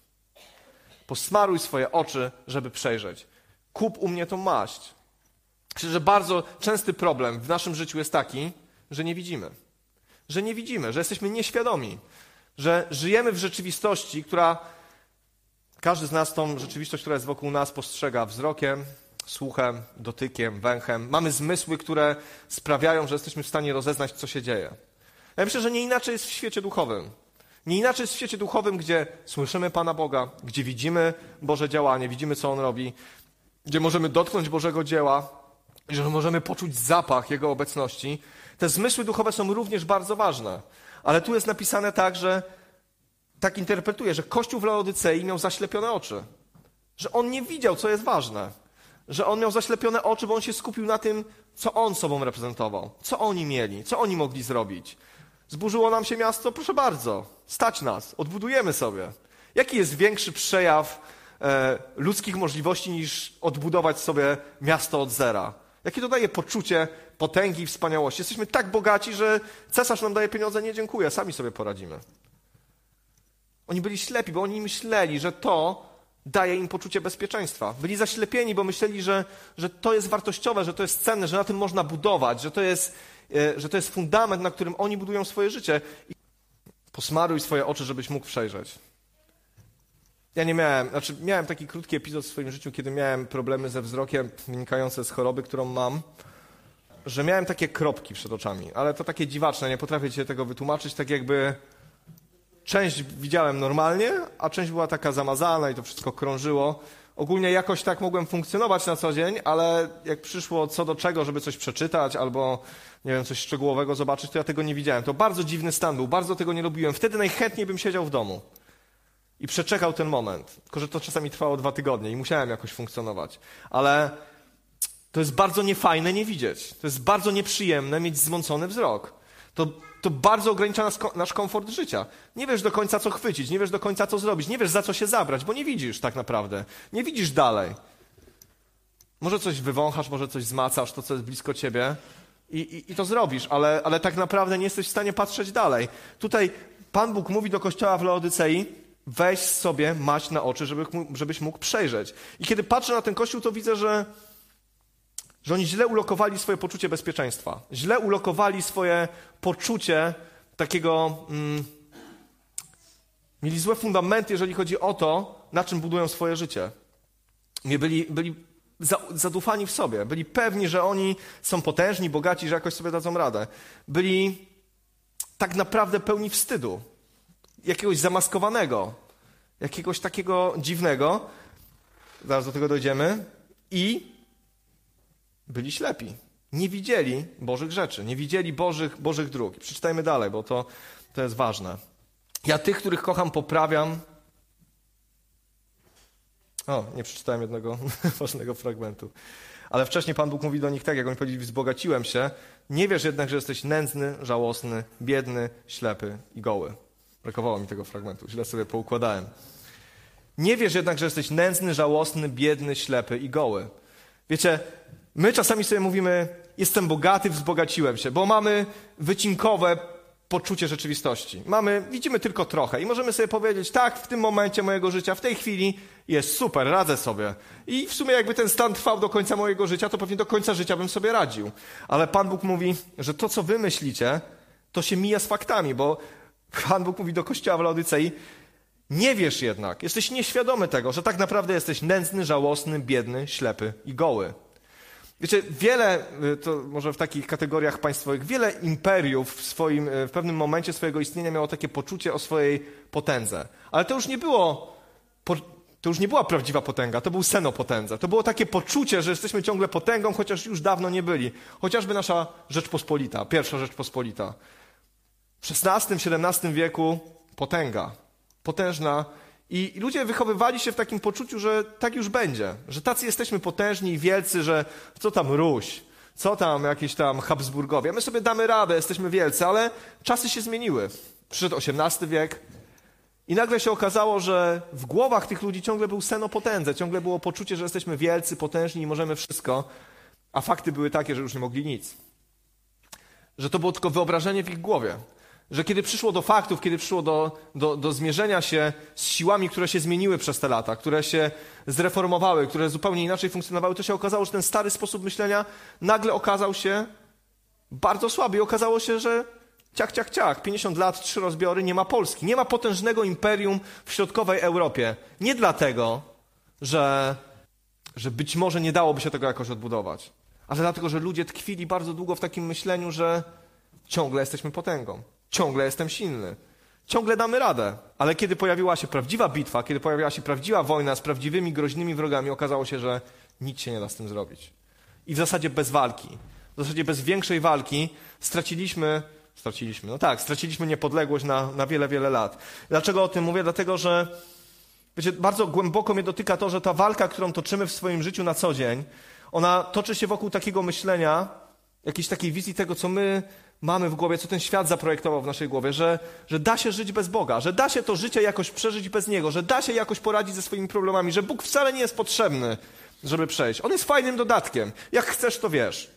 Posmaruj swoje oczy, żeby przejrzeć. Kup u mnie tą maść. Myślę, że bardzo częsty problem w naszym życiu jest taki, że nie widzimy. Że nie widzimy, że jesteśmy nieświadomi. Że żyjemy w rzeczywistości, która... Każdy z nas tą rzeczywistość, która jest wokół nas, postrzega wzrokiem, słuchem, dotykiem, węchem. Mamy zmysły, które sprawiają, że jesteśmy w stanie rozeznać, co się dzieje. Ja myślę, że nie inaczej jest w świecie duchowym. Nie inaczej jest w świecie duchowym, gdzie słyszymy Pana Boga, gdzie widzimy Boże działanie, widzimy, co On robi, gdzie możemy dotknąć Bożego dzieła, że możemy poczuć zapach Jego obecności. Te zmysły duchowe są również bardzo ważne. Ale tu jest napisane tak, że tak interpretuję, że Kościół w Laodycei miał zaślepione oczy. Że on nie widział, co jest ważne. Że on miał zaślepione oczy, bo on się skupił na tym, co on sobą reprezentował. Co oni mieli, co oni mogli zrobić. Zburzyło nam się miasto? Proszę bardzo. Stać nas. Odbudujemy sobie. Jaki jest większy przejaw e, ludzkich możliwości niż odbudować sobie miasto od zera? Jakie to daje poczucie potęgi i wspaniałości? Jesteśmy tak bogaci, że cesarz nam daje pieniądze, nie dziękuję, sami sobie poradzimy. Oni byli ślepi, bo oni myśleli, że to daje im poczucie bezpieczeństwa. Byli zaślepieni, bo myśleli, że, że to jest wartościowe, że to jest cenne, że na tym można budować, że to jest, że to jest fundament, na którym oni budują swoje życie. Posmaruj swoje oczy, żebyś mógł przejrzeć. Ja nie miałem, znaczy miałem taki krótki epizod w swoim życiu, kiedy miałem problemy ze wzrokiem wynikające z choroby, którą mam, że miałem takie kropki przed oczami, ale to takie dziwaczne, nie potrafię ci tego wytłumaczyć, tak jakby część widziałem normalnie, a część była taka zamazana i to wszystko krążyło. Ogólnie jakoś tak mogłem funkcjonować na co dzień, ale jak przyszło co do czego, żeby coś przeczytać albo, nie wiem, coś szczegółowego zobaczyć, to ja tego nie widziałem. To bardzo dziwny stan był, bardzo tego nie lubiłem. Wtedy najchętniej bym siedział w domu i przeczekał ten moment. Tylko że to czasami trwało dwa tygodnie i musiałem jakoś funkcjonować. Ale to jest bardzo niefajne nie widzieć. To jest bardzo nieprzyjemne mieć zmącony wzrok. To, to bardzo ogranicza nas, nasz komfort życia. Nie wiesz do końca, co chwycić, nie wiesz do końca, co zrobić, nie wiesz, za co się zabrać, bo nie widzisz tak naprawdę. Nie widzisz dalej. Może coś wywąchasz, może coś zmacasz, to, co jest blisko ciebie, i, i, i to zrobisz, ale, ale tak naprawdę nie jesteś w stanie patrzeć dalej. Tutaj Pan Bóg mówi do kościoła w Laodycei, weź sobie mać na oczy, żeby, żebyś mógł przejrzeć. I kiedy patrzę na ten kościół, to widzę, że, że oni źle ulokowali swoje poczucie bezpieczeństwa. Źle ulokowali swoje poczucie takiego... Mm, mieli złe fundamenty, jeżeli chodzi o to, na czym budują swoje życie. Nie byli, byli zadufani w sobie. Byli pewni, że oni są potężni, bogaci, że jakoś sobie dadzą radę. Byli tak naprawdę pełni wstydu. Jakiegoś zamaskowanego. Jakiegoś takiego dziwnego. Zaraz do tego dojdziemy. I byli ślepi. Nie widzieli Bożych rzeczy. Nie widzieli Bożych, Bożych dróg. Przeczytajmy dalej, bo to, to jest ważne. Ja tych, których kocham, poprawiam. O, nie przeczytałem jednego ważnego fragmentu. Ale wcześniej Pan Bóg mówi do nich tak, jak oni powiedzieli, wzbogaciłem się. Nie wiesz jednak, że jesteś nędzny, żałosny, biedny, ślepy i goły. Brakowało mi tego fragmentu, źle sobie poukładałem. Nie wiesz jednak, że jesteś nędzny, żałosny, biedny, ślepy i goły. Wiecie, my czasami sobie mówimy, jestem bogaty, wzbogaciłem się, bo mamy wycinkowe poczucie rzeczywistości. Mamy, widzimy tylko trochę i możemy sobie powiedzieć, tak, w tym momencie mojego życia, w tej chwili jest super, radzę sobie. I w sumie jakby ten stan trwał do końca mojego życia, to pewnie do końca życia bym sobie radził. Ale Pan Bóg mówi, że to, co wy myślicie, to się mija z faktami, bo Pan Bóg mówi do kościoła w Laodycei, nie wiesz jednak, jesteś nieświadomy tego, że tak naprawdę jesteś nędzny, żałosny, biedny, ślepy i goły. Wiecie, wiele, to może w takich kategoriach państwowych, wiele imperiów w, swoim, w pewnym momencie swojego istnienia miało takie poczucie o swojej potędze. Ale to już nie było, to już nie była prawdziwa potęga, to był sen o potędze. To było takie poczucie, że jesteśmy ciągle potęgą, chociaż już dawno nie byli. Chociażby nasza Rzeczpospolita, pierwsza Rzeczpospolita. W szesnastym, siedemnastym wieku potęga, potężna. I ludzie wychowywali się w takim poczuciu, że tak już będzie, że tacy jesteśmy potężni i wielcy, że co tam Ruś, co tam jakieś tam Habsburgowie, my sobie damy radę, jesteśmy wielcy, ale czasy się zmieniły. Przyszedł osiemnasty wiek i nagle się okazało, że w głowach tych ludzi ciągle był sen o potędze, ciągle było poczucie, że jesteśmy wielcy, potężni i możemy wszystko, a fakty były takie, że już nie mogli nic. Że to było tylko wyobrażenie w ich głowie. Że kiedy przyszło do faktów, kiedy przyszło do, do, do zmierzenia się z siłami, które się zmieniły przez te lata, które się zreformowały, które zupełnie inaczej funkcjonowały, to się okazało, że ten stary sposób myślenia nagle okazał się bardzo słaby i okazało się, że ciach, ciach, ciach, pięćdziesiąt lat, trzy rozbiory, nie ma Polski, nie ma potężnego imperium w środkowej Europie. Nie dlatego, że, że być może nie dałoby się tego jakoś odbudować, ale dlatego, że ludzie tkwili bardzo długo w takim myśleniu, że ciągle jesteśmy potęgą. Ciągle jestem silny. Ciągle damy radę. Ale kiedy pojawiła się prawdziwa bitwa, kiedy pojawiła się prawdziwa wojna z prawdziwymi, groźnymi wrogami, okazało się, że nic się nie da z tym zrobić. I w zasadzie bez walki, w zasadzie bez większej walki straciliśmy, straciliśmy, no tak, straciliśmy niepodległość na, na wiele, wiele lat. Dlaczego o tym mówię? Dlatego, że wiecie, bardzo głęboko mnie dotyka to, że ta walka, którą toczymy w swoim życiu na co dzień, ona toczy się wokół takiego myślenia, jakiejś takiej wizji tego, co my mamy w głowie, co ten świat zaprojektował w naszej głowie, że, że da się żyć bez Boga, że da się to życie jakoś przeżyć bez Niego, że da się jakoś poradzić ze swoimi problemami, że Bóg wcale nie jest potrzebny, żeby przejść. On jest fajnym dodatkiem. Jak chcesz, to wiesz.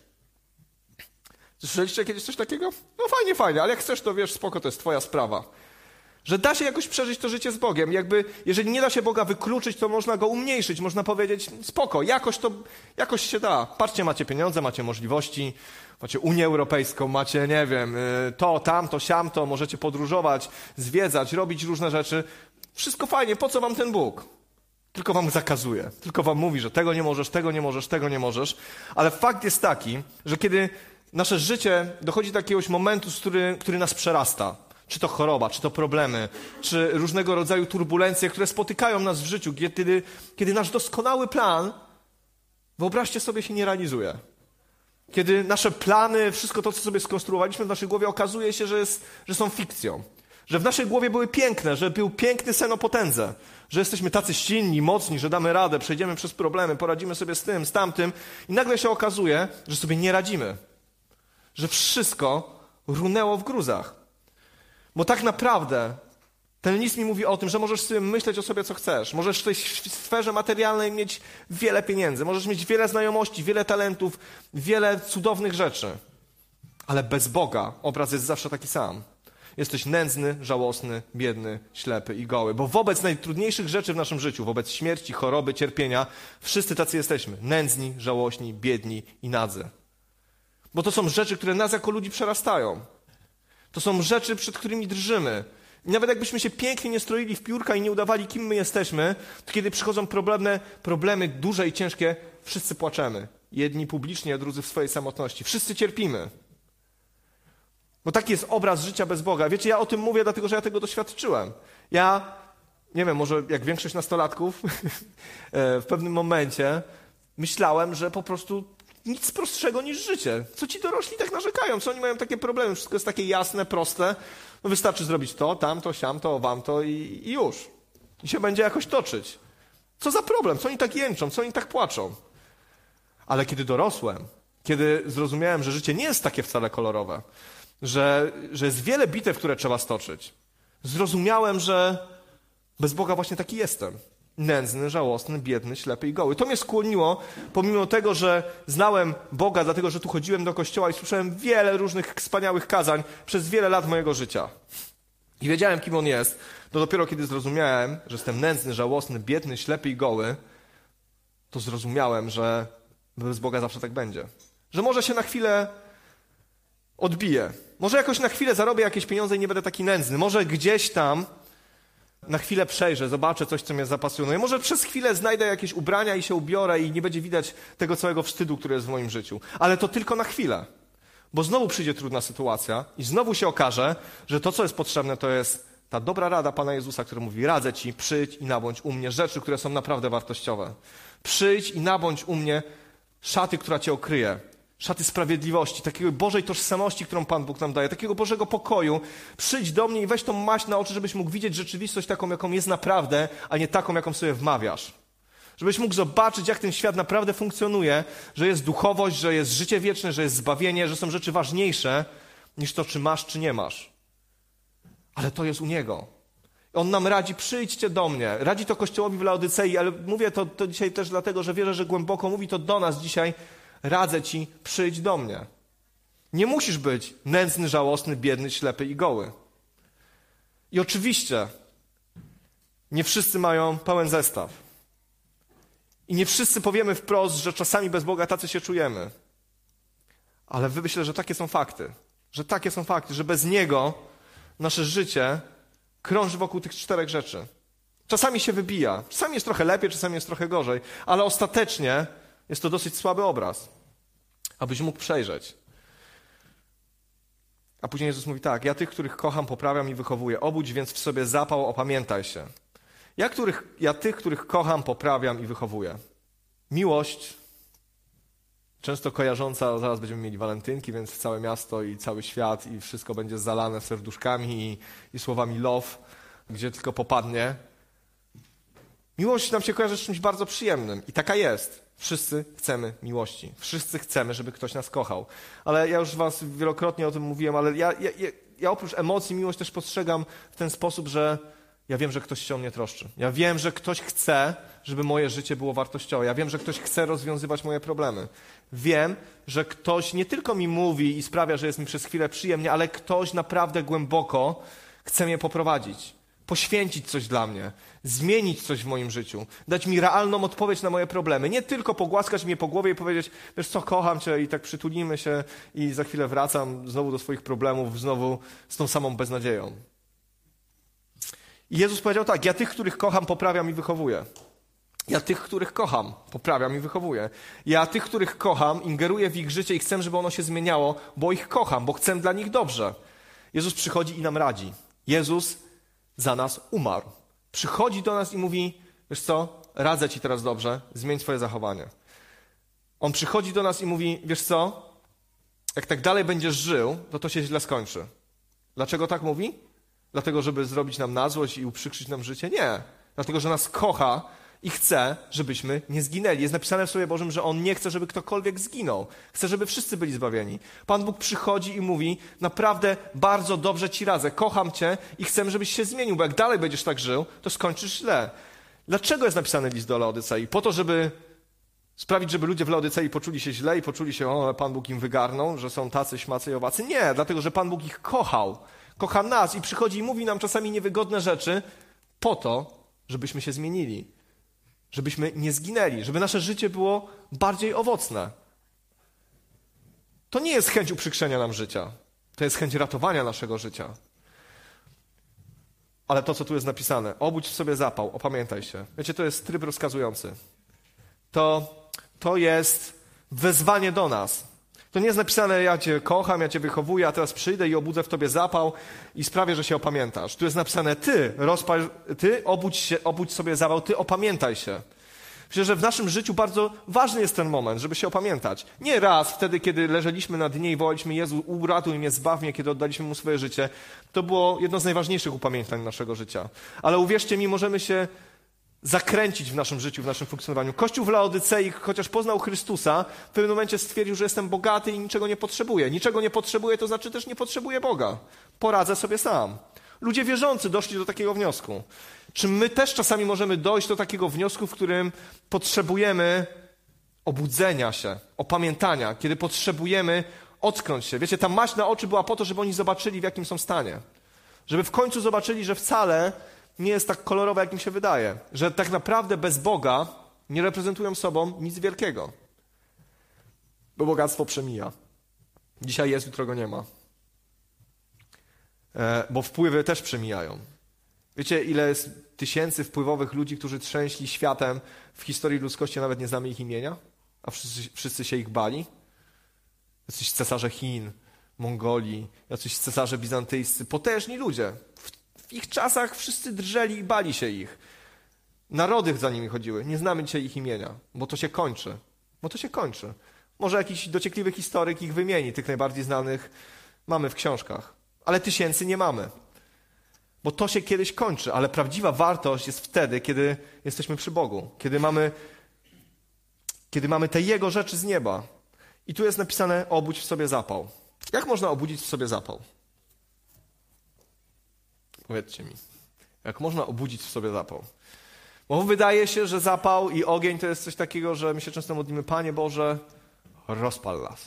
Słyszeliście kiedyś coś takiego? No fajnie, fajnie, ale jak chcesz, to wiesz, spoko, to jest twoja sprawa. Że da się jakoś przeżyć to życie z Bogiem. Jakby, jeżeli nie da się Boga wykluczyć, to można Go umniejszyć. Można powiedzieć, spoko, jakoś to, jakoś się da. Patrzcie, macie pieniądze, macie możliwości, macie Unię Europejską, macie, nie wiem, to, tamto, siamto, możecie podróżować, zwiedzać, robić różne rzeczy. Wszystko fajnie, po co wam ten Bóg? Tylko wam zakazuje. Tylko wam mówi, że tego nie możesz, tego nie możesz, tego nie możesz. Ale fakt jest taki, że kiedy nasze życie dochodzi do jakiegoś momentu, który, który nas przerasta, czy to choroba, czy to problemy, czy różnego rodzaju turbulencje, które spotykają nas w życiu, kiedy, kiedy nasz doskonały plan, wyobraźcie sobie, się nie realizuje. Kiedy nasze plany, wszystko to, co sobie skonstruowaliśmy w naszej głowie, okazuje się, że, jest, że są fikcją. Że w naszej głowie były piękne, że był piękny sen o potędze. Że jesteśmy tacy silni, mocni, że damy radę, przejdziemy przez problemy, poradzimy sobie z tym, z tamtym. I nagle się okazuje, że sobie nie radzimy. Że wszystko runęło w gruzach. Bo tak naprawdę ten list mi mówi o tym, że możesz sobie myśleć o sobie, co chcesz. Możesz w tej sferze materialnej mieć wiele pieniędzy, możesz mieć wiele znajomości, wiele talentów, wiele cudownych rzeczy. Ale bez Boga obraz jest zawsze taki sam. Jesteś nędzny, żałosny, biedny, ślepy i goły. Bo wobec najtrudniejszych rzeczy w naszym życiu, wobec śmierci, choroby, cierpienia, wszyscy tacy jesteśmy. Nędzni, żałośni, biedni i nadzy. Bo to są rzeczy, które nas jako ludzi przerastają. To są rzeczy, przed którymi drżymy. I nawet jakbyśmy się pięknie nie stroili w piórka i nie udawali, kim my jesteśmy, to kiedy przychodzą problemy, problemy duże i ciężkie, wszyscy płaczemy. Jedni publicznie, a drudzy w swojej samotności. Wszyscy cierpimy. Bo taki jest obraz życia bez Boga. Wiecie, ja o tym mówię, dlatego że ja tego doświadczyłem. Ja, nie wiem, może jak większość nastolatków, w pewnym momencie myślałem, że po prostu nic prostszego niż życie. Co ci dorośli tak narzekają? Co oni mają takie problemy? Wszystko jest takie jasne, proste. No wystarczy zrobić to, tamto, siamto, wamto i, i już. I się będzie jakoś toczyć. Co za problem? Co oni tak jęczą? Co oni tak płaczą? Ale kiedy dorosłem, kiedy zrozumiałem, że życie nie jest takie wcale kolorowe, że, że jest wiele bitew, które trzeba stoczyć, zrozumiałem, że bez Boga właśnie taki jestem. Nędzny, żałosny, biedny, ślepy i goły. To mnie skłoniło, pomimo tego, że znałem Boga, dlatego że tu chodziłem do kościoła i słyszałem wiele różnych wspaniałych kazań przez wiele lat mojego życia. I wiedziałem, kim On jest. To dopiero kiedy zrozumiałem, że jestem nędzny, żałosny, biedny, ślepy i goły, to zrozumiałem, że bez Boga zawsze tak będzie. Że może się na chwilę odbiję. Może jakoś na chwilę zarobię jakieś pieniądze i nie będę taki nędzny. Może gdzieś tam na chwilę przejrzę, zobaczę coś, co mnie zapasjonuje. Może przez chwilę znajdę jakieś ubrania i się ubiorę i nie będzie widać tego całego wstydu, który jest w moim życiu. Ale to tylko na chwilę. Bo znowu przyjdzie trudna sytuacja i znowu się okaże, że to, co jest potrzebne, to jest ta dobra rada Pana Jezusa, który mówi: radzę ci, przyjdź i nabądź u mnie rzeczy, które są naprawdę wartościowe. Przyjdź i nabądź u mnie szaty, która cię okryje. Szaty sprawiedliwości, takiej Bożej tożsamości, którą Pan Bóg nam daje, takiego Bożego pokoju. Przyjdź do mnie i weź tą maść na oczy, żebyś mógł widzieć rzeczywistość taką, jaką jest naprawdę, a nie taką, jaką sobie wmawiasz. Żebyś mógł zobaczyć, jak ten świat naprawdę funkcjonuje, że jest duchowość, że jest życie wieczne, że jest zbawienie, że są rzeczy ważniejsze niż to, czy masz, czy nie masz. Ale to jest u Niego. On nam radzi: przyjdźcie do mnie. Radzi to Kościołowi w Laodycei, ale mówię to, to dzisiaj też dlatego, że wierzę, że głęboko mówi to do nas dzisiaj. Radzę ci, przyjdź do mnie. Nie musisz być nędzny, żałosny, biedny, ślepy i goły. I oczywiście nie wszyscy mają pełen zestaw. I nie wszyscy powiemy wprost, że czasami bez Boga tacy się czujemy. Ale myślę, że takie są fakty. Że takie są fakty, że bez Niego nasze życie krąży wokół tych czterech rzeczy. Czasami się wybija. Czasami jest trochę lepiej, czasami jest trochę gorzej. Ale ostatecznie jest to dosyć słaby obraz, abyś mógł przejrzeć. A później Jezus mówi tak: ja tych, których kocham, poprawiam i wychowuję. Obudź więc w sobie zapał, opamiętaj się. Ja, których, ja tych, których kocham, poprawiam i wychowuję. Miłość, często kojarząca, zaraz będziemy mieli walentynki, więc całe miasto i cały świat i wszystko będzie zalane serduszkami i, i słowami love, gdzie tylko popadnie. Miłość nam się kojarzy z czymś bardzo przyjemnym i taka jest. Wszyscy chcemy miłości. Wszyscy chcemy, żeby ktoś nas kochał. Ale ja już was wielokrotnie o tym mówiłem, ale ja, ja, ja oprócz emocji miłość też postrzegam w ten sposób, że ja wiem, że ktoś się o mnie troszczy. Ja wiem, że ktoś chce, żeby moje życie było wartościowe. Ja wiem, że ktoś chce rozwiązywać moje problemy. Wiem, że ktoś nie tylko mi mówi i sprawia, że jest mi przez chwilę przyjemnie, ale ktoś naprawdę głęboko chce mnie poprowadzić. Poświęcić coś dla mnie, zmienić coś w moim życiu, dać mi realną odpowiedź na moje problemy. Nie tylko pogłaskać mnie po głowie i powiedzieć: wiesz co, kocham cię, i tak przytulimy się i za chwilę wracam znowu do swoich problemów, znowu z tą samą beznadzieją. I Jezus powiedział tak: ja tych, których kocham, poprawiam i wychowuję. Ja tych, których kocham, poprawiam i wychowuję. Ja tych, których kocham, ingeruję w ich życie i chcę, żeby ono się zmieniało, bo ich kocham, bo chcę dla nich dobrze. Jezus przychodzi i nam radzi. Jezus za nas umarł. Przychodzi do nas i mówi: wiesz co, radzę ci teraz dobrze, zmień swoje zachowanie. On przychodzi do nas i mówi: wiesz co, jak tak dalej będziesz żył, to to się źle skończy. Dlaczego tak mówi? Dlatego, żeby zrobić nam na złość i uprzykrzyć nam życie? Nie. Dlatego, że nas kocha i chce, żebyśmy nie zginęli. Jest napisane w Słowie Bożym, że On nie chce, żeby ktokolwiek zginął. Chce, żeby wszyscy byli zbawieni. Pan Bóg przychodzi i mówi: naprawdę bardzo dobrze ci radzę, kocham cię i chcę, żebyś się zmienił, bo jak dalej będziesz tak żył, to skończysz źle. Dlaczego jest napisany list do Laodycei? Po to, żeby Sprawić, żeby ludzie w Laodycei poczuli się źle i poczuli się, o, Pan Bóg im wygarnął, że są tacy, śmacy i owacy. Nie, dlatego, że Pan Bóg ich kochał. Kocha nas i przychodzi i mówi nam czasami niewygodne rzeczy po to, żebyśmy się zmienili. Żebyśmy nie zginęli, żeby nasze życie było bardziej owocne. To nie jest chęć uprzykrzenia nam życia. To jest chęć ratowania naszego życia. Ale to, co tu jest napisane, obudź w sobie zapał, opamiętaj się. Wiecie, to jest tryb rozkazujący. To, to jest wezwanie do nas. To nie jest napisane, ja cię kocham, ja cię wychowuję, a teraz przyjdę i obudzę w tobie zapał i sprawię, że się opamiętasz. Tu jest napisane, ty, rozpal, ty obudź, się, obudź sobie zapał, ty opamiętaj się. Myślę, że w naszym życiu bardzo ważny jest ten moment, żeby się opamiętać. Nie raz wtedy, kiedy leżeliśmy na dnie i wołaliśmy, Jezu, uratuj mnie, zbaw mnie, kiedy oddaliśmy Mu swoje życie. To było jedno z najważniejszych upamiętań naszego życia. Ale uwierzcie mi, możemy się zakręcić w naszym życiu, w naszym funkcjonowaniu. Kościół w Laodycei, chociaż poznał Chrystusa, w pewnym momencie stwierdził, że jestem bogaty i niczego nie potrzebuję. Niczego nie potrzebuję, to znaczy też nie potrzebuję Boga. Poradzę sobie sam. Ludzie wierzący doszli do takiego wniosku. Czy my też czasami możemy dojść do takiego wniosku, w którym potrzebujemy obudzenia się, opamiętania, kiedy potrzebujemy ocknąć się. Wiecie, ta maść na oczy była po to, żeby oni zobaczyli, w jakim są stanie. Żeby w końcu zobaczyli, że wcale nie jest tak kolorowe, jak im się wydaje. Że tak naprawdę bez Boga nie reprezentują sobą nic wielkiego. Bo bogactwo przemija. Dzisiaj jest, jutro go nie ma. E, bo wpływy też przemijają. Wiecie, ile jest tysięcy wpływowych ludzi, którzy trzęśli światem w historii ludzkości, nawet nie znamy ich imienia, a wszyscy, wszyscy się ich bali? Jacyś cesarze Chin, Mongolii, jacyś cesarze bizantyjscy, potężni ludzie. W, w ich czasach wszyscy drżeli i bali się ich. Narody za nimi chodziły. Nie znamy dzisiaj ich imienia, bo to się kończy. Bo to się kończy. Może jakiś dociekliwy historyk ich wymieni, tych najbardziej znanych mamy w książkach. Ale tysięcy nie mamy. Bo to się kiedyś kończy, ale prawdziwa wartość jest wtedy, kiedy jesteśmy przy Bogu. Kiedy mamy, kiedy mamy te Jego rzeczy z nieba. I tu jest napisane, obudź w sobie zapał. Jak można obudzić w sobie zapał? Powiedzcie mi. Jak można obudzić w sobie zapał? Bo wydaje się, że zapał i ogień to jest coś takiego, że my się często modlimy, Panie Boże, rozpal las.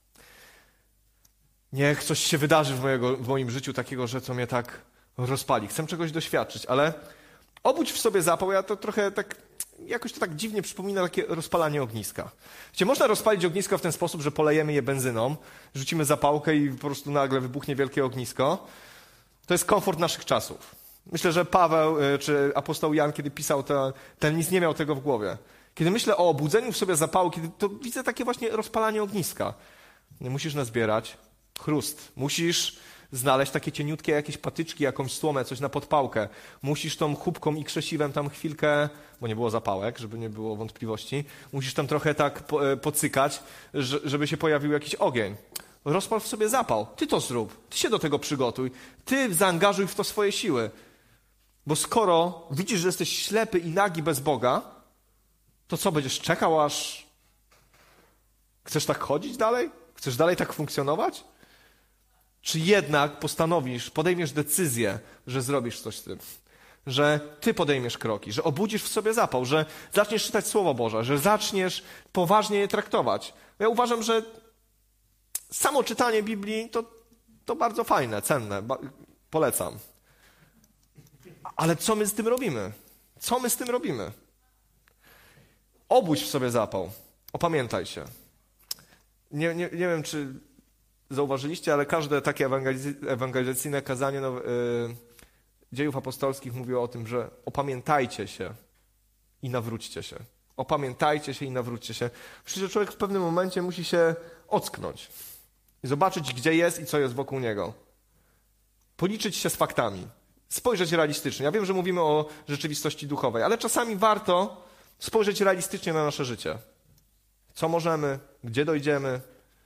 Niech coś się wydarzy w, mojego, w moim życiu takiego, że co mnie tak rozpali. Chcę czegoś doświadczyć, ale obudź w sobie zapał, ja to trochę tak, jakoś to tak dziwnie przypomina takie rozpalanie ogniska. Wiecie, można rozpalić ognisko w ten sposób, że polejemy je benzyną, rzucimy zapałkę i po prostu nagle wybuchnie wielkie ognisko. To jest komfort naszych czasów. Myślę, że Paweł czy apostoł Jan, kiedy pisał to, ten list, nie miał tego w głowie. Kiedy myślę o obudzeniu w sobie zapału, kiedy, to widzę takie właśnie rozpalanie ogniska. Musisz nazbierać chrust. Musisz znaleźć takie cieniutkie jakieś patyczki, jakąś słomę, coś na podpałkę. Musisz tą chubką i krzesiwem tam chwilkę, bo nie było zapałek, żeby nie było wątpliwości, musisz tam trochę tak po, pocykać, żeby się pojawił jakiś ogień. Rozpal w sobie zapał. Ty to zrób. Ty się do tego przygotuj. Ty zaangażuj w to swoje siły. Bo skoro widzisz, że jesteś ślepy i nagi bez Boga, to co, będziesz czekał, aż chcesz tak chodzić dalej? Chcesz dalej tak funkcjonować? Czy jednak postanowisz, podejmiesz decyzję, że zrobisz coś z tym? Że ty podejmiesz kroki, że obudzisz w sobie zapał, że zaczniesz czytać Słowo Boże, że zaczniesz poważnie je traktować. Ja uważam, że samo czytanie Biblii to, to bardzo fajne, cenne, ba- polecam. Ale co my z tym robimy? Co my z tym robimy? Obudź w sobie zapał. Opamiętaj się. Nie, nie, nie wiem, czy zauważyliście, ale każde takie ewangelizacyjne kazanie no, yy, dziejów apostolskich mówiło o tym, że opamiętajcie się i nawróćcie się. Opamiętajcie się i nawróćcie się. Przecież człowiek w pewnym momencie musi się ocknąć i zobaczyć, gdzie jest i co jest wokół niego. Policzyć się z faktami. Spojrzeć realistycznie. Ja wiem, że mówimy o rzeczywistości duchowej, ale czasami warto spojrzeć realistycznie na nasze życie. Co możemy, gdzie dojdziemy,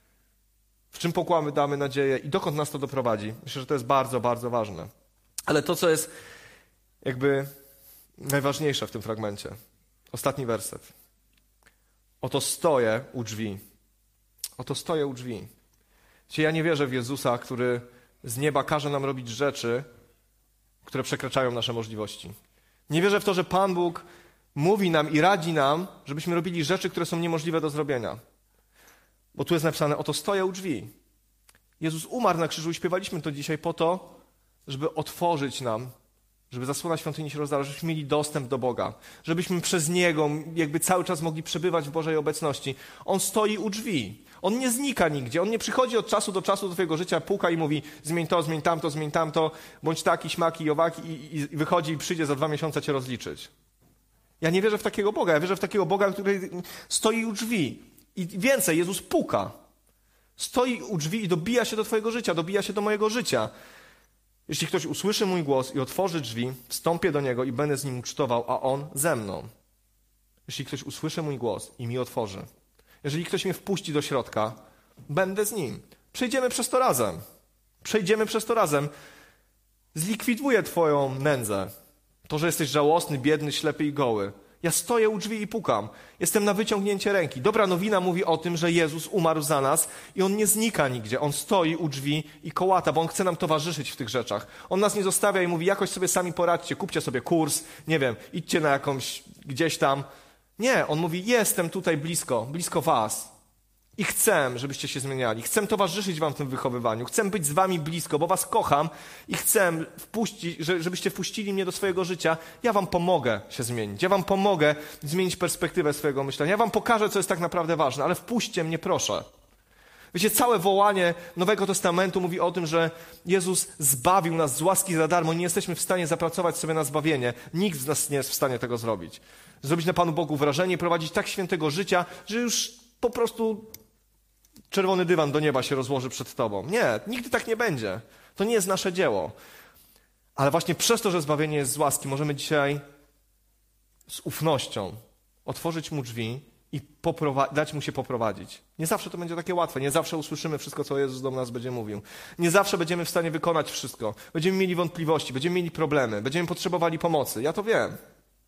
w czym pokładamy nadzieję i dokąd nas to doprowadzi. Myślę, że to jest bardzo, bardzo ważne. Ale to, co jest jakby najważniejsze w tym fragmencie. Ostatni werset. Oto stoję u drzwi. Oto stoję u drzwi. Wiecie, ja nie wierzę w Jezusa, który z nieba każe nam robić rzeczy, które przekraczają nasze możliwości. Nie wierzę w to, że Pan Bóg mówi nam i radzi nam, żebyśmy robili rzeczy, które są niemożliwe do zrobienia. Bo tu jest napisane, oto stoję u drzwi. Jezus umarł na krzyżu i śpiewaliśmy to dzisiaj po to, żeby otworzyć nam, żeby zasłona świątyni się rozdała, żebyśmy mieli dostęp do Boga, żebyśmy przez Niego jakby cały czas mogli przebywać w Bożej obecności. On stoi u drzwi. On nie znika nigdzie. On nie przychodzi od czasu do czasu do twojego życia, puka i mówi zmień to, zmień tamto, zmień tamto, bądź taki, śmaki i owaki i, i wychodzi i przyjdzie za dwa miesiące cię rozliczyć. Ja nie wierzę w takiego Boga. Ja wierzę w takiego Boga, który stoi u drzwi. I więcej, Jezus puka. Stoi u drzwi i dobija się do twojego życia, dobija się do mojego życia. Jeśli ktoś usłyszy mój głos i otworzy drzwi, wstąpię do niego i będę z nim ucztował, a on ze mną. Jeśli ktoś usłyszy mój głos i mi otworzy, jeżeli ktoś mnie wpuści do środka, będę z nim. Przejdziemy przez to razem. Przejdziemy przez to razem. Zlikwiduję twoją nędzę. To, że jesteś żałosny, biedny, ślepy i goły. Ja stoję u drzwi i pukam. Jestem na wyciągnięcie ręki. Dobra nowina mówi o tym, że Jezus umarł za nas i On nie znika nigdzie. On stoi u drzwi i kołata, bo On chce nam towarzyszyć w tych rzeczach. On nas nie zostawia i mówi, jakoś sobie sami poradźcie, kupcie sobie kurs, nie wiem, idźcie na jakąś gdzieś tam. Nie, On mówi, jestem tutaj blisko, blisko was. I chcę, żebyście się zmieniali. Chcę towarzyszyć wam w tym wychowywaniu. Chcę być z wami blisko, bo was kocham i chcę wpuścić, żebyście wpuścili mnie do swojego życia. Ja wam pomogę się zmienić. Ja wam pomogę zmienić perspektywę swojego myślenia. Ja wam pokażę, co jest tak naprawdę ważne, ale wpuśćcie mnie, proszę. Wiecie, całe wołanie Nowego Testamentu mówi o tym, że Jezus zbawił nas z łaski za darmo. Nie jesteśmy w stanie zapracować sobie na zbawienie. Nikt z nas nie jest w stanie tego zrobić. Zrobić na Panu Bogu wrażenie i prowadzić tak świętego życia, że już po prostu czerwony dywan do nieba się rozłoży przed tobą. Nie, nigdy tak nie będzie. To nie jest nasze dzieło. Ale właśnie przez to, że zbawienie jest z łaski, możemy dzisiaj z ufnością otworzyć mu drzwi i poprowa- dać mu się poprowadzić. Nie zawsze to będzie takie łatwe. Nie zawsze usłyszymy wszystko, co Jezus do nas będzie mówił. Nie zawsze będziemy w stanie wykonać wszystko. Będziemy mieli wątpliwości, będziemy mieli problemy, będziemy potrzebowali pomocy. Ja to wiem.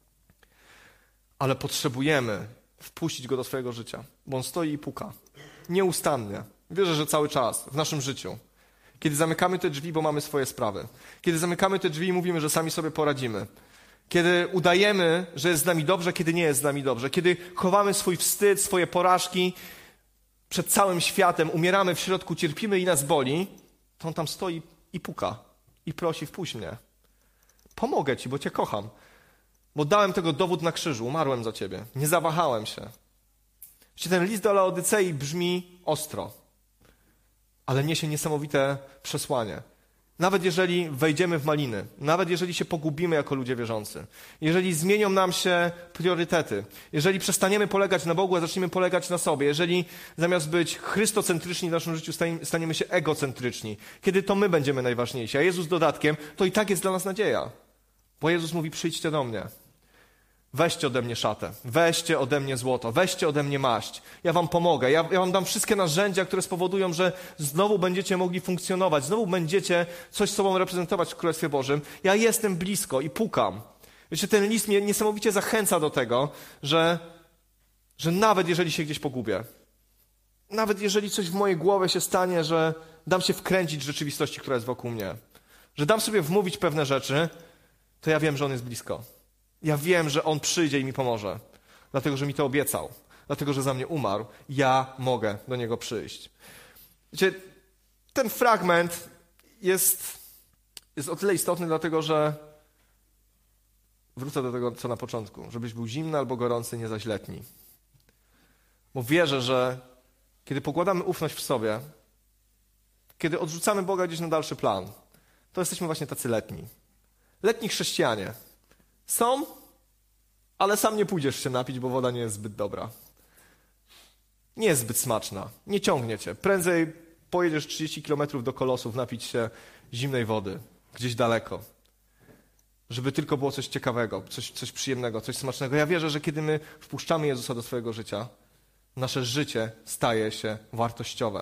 Ale potrzebujemy wpuścić go do swojego życia, bo on stoi i puka. Nieustannie. Wierzę, że cały czas w naszym życiu. Kiedy zamykamy te drzwi, bo mamy swoje sprawy. Kiedy zamykamy te drzwi i mówimy, że sami sobie poradzimy. Kiedy udajemy, że jest z nami dobrze, kiedy nie jest z nami dobrze. Kiedy chowamy swój wstyd, swoje porażki przed całym światem, umieramy w środku, cierpimy i nas boli, to on tam stoi i puka. I prosi, wpuść mnie. Pomogę ci, bo cię kocham. Bo dałem tego dowód na krzyżu, umarłem za ciebie. Nie zawahałem się. Wiecie, ten list do Laodycei brzmi ostro, ale niesie niesamowite przesłanie. Nawet jeżeli wejdziemy w maliny, nawet jeżeli się pogubimy jako ludzie wierzący, jeżeli zmienią nam się priorytety, jeżeli przestaniemy polegać na Bogu, a zaczniemy polegać na sobie, jeżeli zamiast być chrystocentryczni w naszym życiu staniemy się egocentryczni, kiedy to my będziemy najważniejsi, a Jezus dodatkiem, to i tak jest dla nas nadzieja. Bo Jezus mówi, przyjdźcie do mnie. Weźcie ode mnie szatę, weźcie ode mnie złoto, weźcie ode mnie maść. Ja wam pomogę, ja, ja wam dam wszystkie narzędzia, które spowodują, że znowu będziecie mogli funkcjonować, znowu będziecie coś sobą reprezentować w Królestwie Bożym. Ja jestem blisko i pukam. Wiecie, ten list mnie niesamowicie zachęca do tego, że, że nawet jeżeli się gdzieś pogubię, nawet jeżeli coś w mojej głowie się stanie, że dam się wkręcić w rzeczywistości, która jest wokół mnie, że dam sobie wmówić pewne rzeczy, to ja wiem, że On jest blisko. Ja wiem, że On przyjdzie i mi pomoże, dlatego, że mi to obiecał, dlatego, że za mnie umarł. Ja mogę do Niego przyjść. Wiecie, ten fragment jest, jest o tyle istotny, dlatego, że wrócę do tego, co na początku, żebyś był zimny albo gorący, nie zaś letni. Bo wierzę, że kiedy pokładamy ufność w sobie, kiedy odrzucamy Boga gdzieś na dalszy plan, to jesteśmy właśnie tacy letni. Letni chrześcijanie. Są, ale sam nie pójdziesz się napić, bo woda nie jest zbyt dobra. Nie jest zbyt smaczna. Nie ciągnie cię. Prędzej pojedziesz trzydzieści kilometrów do Kolosów napić się zimnej wody, gdzieś daleko. Żeby tylko było coś ciekawego, coś, coś przyjemnego, coś smacznego. Ja wierzę, że kiedy my wpuszczamy Jezusa do swojego życia, nasze życie staje się wartościowe.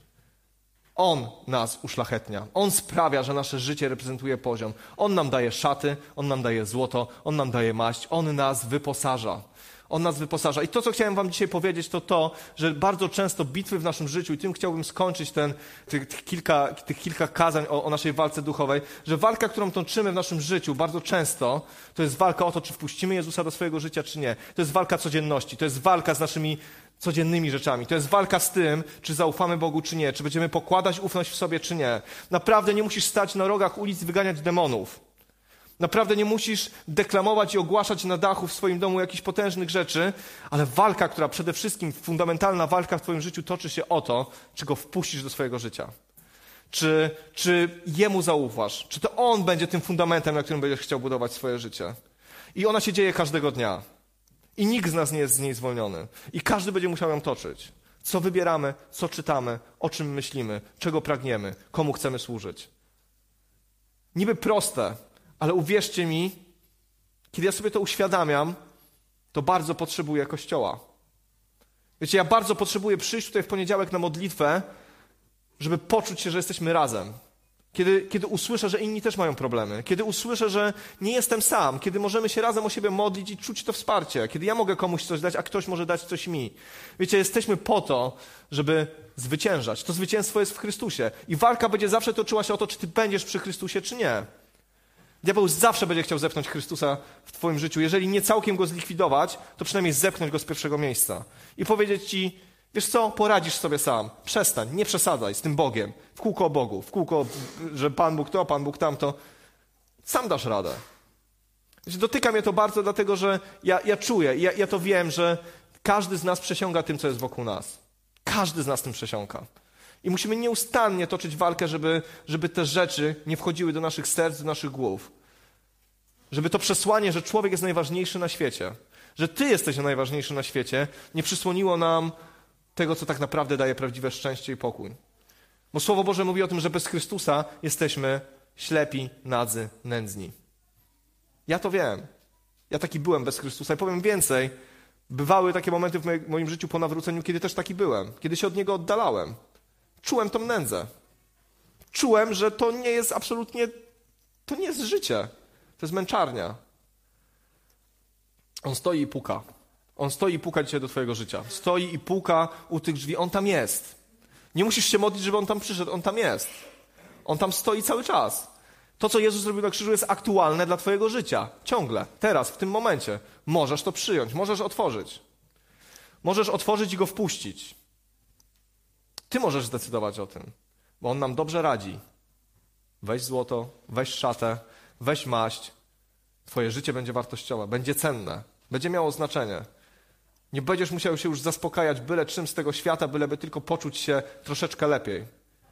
On nas uszlachetnia. On sprawia, że nasze życie reprezentuje poziom. On nam daje szaty, On nam daje złoto, On nam daje maść, On nas wyposaża. On nas wyposaża. I to, co chciałem wam dzisiaj powiedzieć, to to, że bardzo często bitwy w naszym życiu, i tym chciałbym skończyć ten, tych, tych, kilka, tych kilka kazań o, o naszej walce duchowej, że walka, którą toczymy w naszym życiu bardzo często, to jest walka o to, czy wpuścimy Jezusa do swojego życia, czy nie. To jest walka codzienności, to jest walka z naszymi codziennymi rzeczami. To jest walka z tym, czy zaufamy Bogu, czy nie, czy będziemy pokładać ufność w sobie, czy nie. Naprawdę nie musisz stać na rogach ulic i wyganiać demonów. Naprawdę nie musisz deklamować i ogłaszać na dachu w swoim domu jakichś potężnych rzeczy, ale walka, która przede wszystkim, fundamentalna walka w twoim życiu toczy się o to, czy go wpuścisz do swojego życia. Czy, czy jemu zaufasz? Czy to on będzie tym fundamentem, na którym będziesz chciał budować swoje życie? I ona się dzieje każdego dnia. I nikt z nas nie jest z niej zwolniony. I każdy będzie musiał ją toczyć. Co wybieramy, co czytamy, o czym myślimy, czego pragniemy, komu chcemy służyć. Niby proste, ale uwierzcie mi, kiedy ja sobie to uświadamiam, to bardzo potrzebuję Kościoła. Wiecie, ja bardzo potrzebuję przyjść tutaj w poniedziałek na modlitwę, żeby poczuć się, że jesteśmy razem. Kiedy, kiedy usłyszę, że inni też mają problemy. Kiedy usłyszę, że nie jestem sam. Kiedy możemy się razem o siebie modlić i czuć to wsparcie. Kiedy ja mogę komuś coś dać, a ktoś może dać coś mi. Wiecie, jesteśmy po to, żeby zwyciężać. To zwycięstwo jest w Chrystusie. I walka będzie zawsze toczyła się o to, czy ty będziesz przy Chrystusie, czy nie. Diabeł zawsze będzie chciał zepchnąć Chrystusa w twoim życiu. Jeżeli nie całkiem go zlikwidować, to przynajmniej zepchnąć go z pierwszego miejsca. I powiedzieć ci, wiesz co, poradzisz sobie sam. Przestań, nie przesadzaj z tym Bogiem. W kółko o Bogu, w kółko, że Pan Bóg to, Pan Bóg tamto. Sam dasz radę. Wiecie, dotyka mnie to bardzo, dlatego że ja, ja czuję, ja, ja to wiem, że każdy z nas przesiąga tym, co jest wokół nas. Każdy z nas tym przesiąka. I musimy nieustannie toczyć walkę, żeby, żeby te rzeczy nie wchodziły do naszych serc, do naszych głów. Żeby to przesłanie, że człowiek jest najważniejszy na świecie, że ty jesteś najważniejszy na świecie, nie przysłoniło nam tego, co tak naprawdę daje prawdziwe szczęście i pokój. Bo Słowo Boże mówi o tym, że bez Chrystusa jesteśmy ślepi, nadzy, nędzni. Ja to wiem. Ja taki byłem bez Chrystusa i powiem więcej. Bywały takie momenty w moim życiu po nawróceniu, kiedy też taki byłem. Kiedy się od Niego oddalałem. Czułem tą nędzę. Czułem, że to nie jest absolutnie, to nie jest życie. To jest męczarnia. On stoi i puka. On stoi i puka dzisiaj do twojego życia. Stoi i puka u tych drzwi. On tam jest. Nie musisz się modlić, żeby On tam przyszedł. On tam jest. On tam stoi cały czas. To, co Jezus zrobił na krzyżu, jest aktualne dla twojego życia. Ciągle. Teraz, w tym momencie. Możesz to przyjąć. Możesz otworzyć. Możesz otworzyć i Go wpuścić. Ty możesz zdecydować o tym, bo On nam dobrze radzi. Weź złoto, weź szatę, weź maść. Twoje życie będzie wartościowe, będzie cenne, będzie miało znaczenie. Nie będziesz musiał się już zaspokajać byle czym z tego świata, byleby tylko poczuć się troszeczkę lepiej.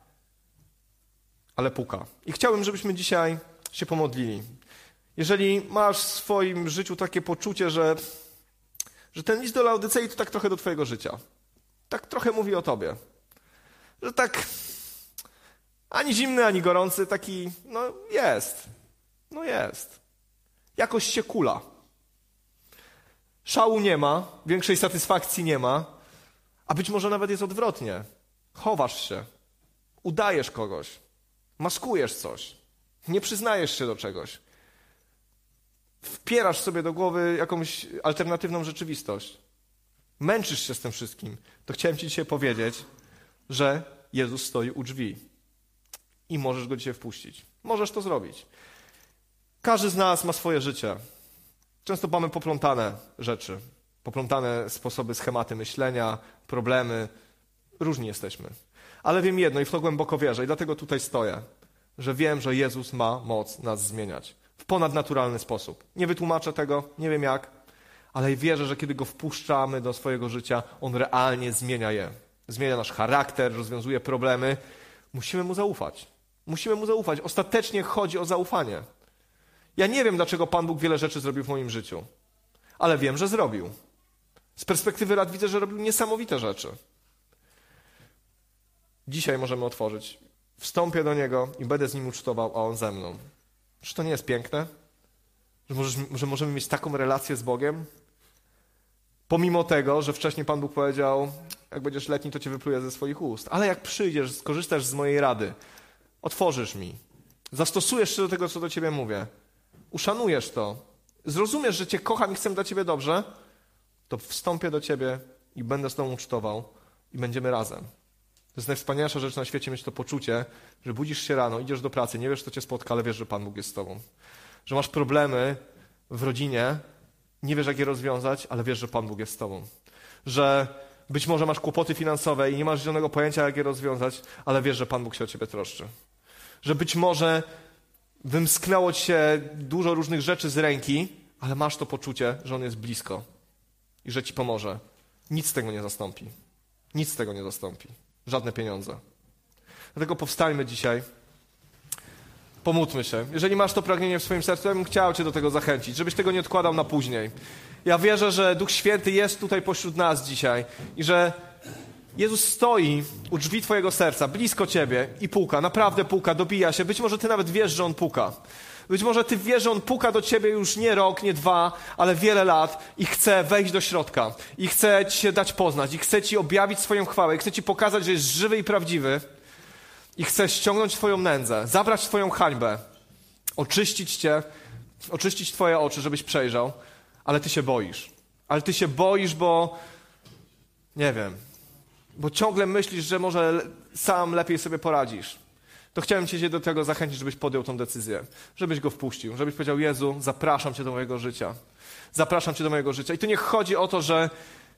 Ale puka. I chciałbym, żebyśmy dzisiaj się pomodlili. Jeżeli masz w swoim życiu takie poczucie, że, że ten list do Laodycei to tak trochę do twojego życia. Tak trochę mówi o tobie. Że tak ani zimny, ani gorący, taki, no jest. No jest. Jakoś się kula. Szału nie ma, większej satysfakcji nie ma, a być może nawet jest odwrotnie. Chowasz się, udajesz kogoś, maskujesz coś, nie przyznajesz się do czegoś. Wpierasz sobie do głowy jakąś alternatywną rzeczywistość. Męczysz się z tym wszystkim. To chciałem ci dzisiaj powiedzieć, że Jezus stoi u drzwi i możesz Go dzisiaj wpuścić. Możesz to zrobić. Każdy z nas ma swoje życie. Często mamy poplątane rzeczy, poplątane sposoby, schematy myślenia, problemy. Różni jesteśmy. Ale wiem jedno i w to głęboko wierzę i dlatego tutaj stoję, że wiem, że Jezus ma moc nas zmieniać w ponadnaturalny sposób. Nie wytłumaczę tego, nie wiem jak, ale wierzę, że kiedy Go wpuszczamy do swojego życia, On realnie zmienia je. Zmienia nasz charakter, rozwiązuje problemy. Musimy Mu zaufać. Musimy Mu zaufać. Ostatecznie chodzi o zaufanie. Ja nie wiem, dlaczego Pan Bóg wiele rzeczy zrobił w moim życiu, ale wiem, że zrobił. Z perspektywy lat widzę, że robił niesamowite rzeczy. Dzisiaj możemy otworzyć. Wstąpię do Niego i będę z Nim ucztował, a On ze mną. Czy to nie jest piękne? Że, możesz, że możemy mieć taką relację z Bogiem? Pomimo tego, że wcześniej Pan Bóg powiedział, jak będziesz letni, to cię wypluję ze swoich ust. Ale jak przyjdziesz, skorzystasz z mojej rady, otworzysz mi, zastosujesz się do tego, co do ciebie mówię, uszanujesz to, zrozumiesz, że cię kocham i chcę dla ciebie dobrze, to wstąpię do Ciebie i będę z Tobą ucztował i będziemy razem. To jest najwspanialsza rzecz na świecie, mieć to poczucie, że budzisz się rano, idziesz do pracy, nie wiesz, co Cię spotka, ale wiesz, że Pan Bóg jest z Tobą. Że masz problemy w rodzinie, nie wiesz, jak je rozwiązać, ale wiesz, że Pan Bóg jest z Tobą. Że być może masz kłopoty finansowe i nie masz zielonego pojęcia, jak je rozwiązać, ale wiesz, że Pan Bóg się o Ciebie troszczy. Że być może wymsknęło Ci się dużo różnych rzeczy z ręki, ale masz to poczucie, że On jest blisko i że Ci pomoże. Nic z tego nie zastąpi. Nic z tego nie zastąpi. Żadne pieniądze. Dlatego powstańmy dzisiaj. Pomódlmy się. Jeżeli masz to pragnienie w swoim sercu, ja bym chciał Cię do tego zachęcić, żebyś tego nie odkładał na później. Ja wierzę, że Duch Święty jest tutaj pośród nas dzisiaj i że Jezus stoi u drzwi Twojego serca, blisko Ciebie i puka, naprawdę puka, dobija się. Być może Ty nawet wiesz, że On puka. Być może Ty wiesz, że On puka do Ciebie już nie rok, nie dwa, ale wiele lat i chce wejść do środka. I chce Ci się dać poznać. I chce Ci objawić swoją chwałę. I chce Ci pokazać, że jest żywy i prawdziwy. I chce ściągnąć Twoją nędzę, zabrać Twoją hańbę, oczyścić Cię, oczyścić Twoje oczy, żebyś przejrzał. Ale Ty się boisz. Ale Ty się boisz, bo nie wiem, bo ciągle myślisz, że może sam lepiej sobie poradzisz. To chciałem Cię do tego zachęcić, żebyś podjął tą decyzję. Żebyś go wpuścił. Żebyś powiedział: Jezu, zapraszam Cię do mojego życia. Zapraszam Cię do mojego życia. I tu nie chodzi o to, że,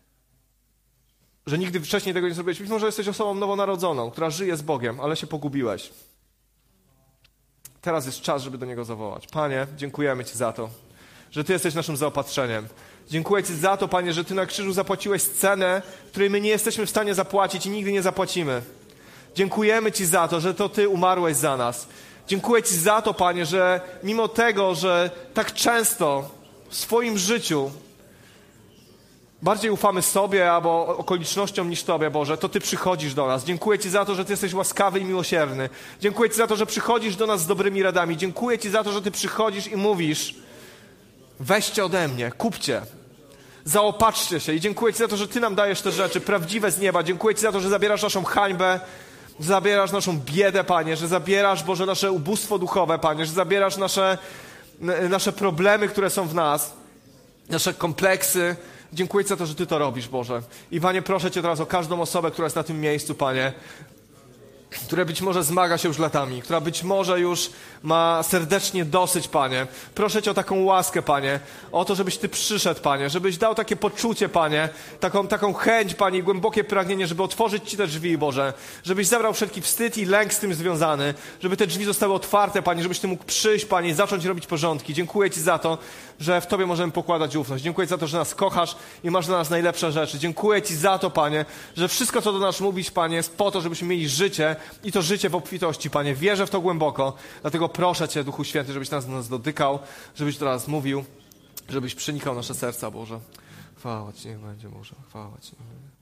że nigdy wcześniej tego nie zrobiłeś. Być może jesteś osobą nowonarodzoną, która żyje z Bogiem, ale się pogubiłeś. Teraz jest czas, żeby do Niego zawołać. Panie, dziękujemy Ci za to, że Ty jesteś naszym zaopatrzeniem. Dziękuję Ci za to, Panie, że Ty na krzyżu zapłaciłeś cenę, której my nie jesteśmy w stanie zapłacić i nigdy nie zapłacimy. Dziękujemy Ci za to, że to Ty umarłeś za nas. Dziękuję Ci za to, Panie, że mimo tego, że tak często w swoim życiu bardziej ufamy sobie albo okolicznościom niż Tobie, Boże, to Ty przychodzisz do nas. Dziękuję Ci za to, że Ty jesteś łaskawy i miłosierny. Dziękuję Ci za to, że przychodzisz do nas z dobrymi radami. Dziękuję Ci za to, że Ty przychodzisz i mówisz: weźcie ode mnie, kupcie, zaopatrzcie się. I dziękuję Ci za to, że Ty nam dajesz te rzeczy prawdziwe z nieba. Dziękuję Ci za to, że zabierasz naszą hańbę, zabierasz naszą biedę, Panie, że zabierasz, Boże, nasze ubóstwo duchowe, Panie, że zabierasz nasze, nasze problemy, które są w nas, nasze kompleksy. Dziękuję Ci za to, że Ty to robisz, Boże. I Panie, proszę Cię teraz o każdą osobę, która jest na tym miejscu, Panie, która być może zmaga się już latami, która być może już ma serdecznie dosyć, Panie. Proszę Cię o taką łaskę, Panie, o to, żebyś Ty przyszedł, Panie, żebyś dał takie poczucie, Panie, taką, taką chęć, Panie, i głębokie pragnienie, żeby otworzyć Ci te drzwi, Boże, żebyś zabrał wszelki wstyd i lęk z tym związany, żeby te drzwi zostały otwarte, Panie, żebyś Ty mógł przyjść, Panie, i zacząć robić porządki. Dziękuję Ci za to, że w Tobie możemy pokładać ufność. Dziękuję Ci za to, że nas kochasz i masz dla nas najlepsze rzeczy. Dziękuję Ci za to, Panie, że wszystko, co do nas mówisz, Panie, jest po to, żebyśmy mieli życie i to życie w obfitości, Panie. Wierzę w to głęboko, dlatego proszę Cię, Duchu Święty, żebyś nas do nas dotykał, żebyś do nas mówił, żebyś przenikał nasze serca, Boże. Chwała Ci, niech będzie, Boże. Chwała Ci.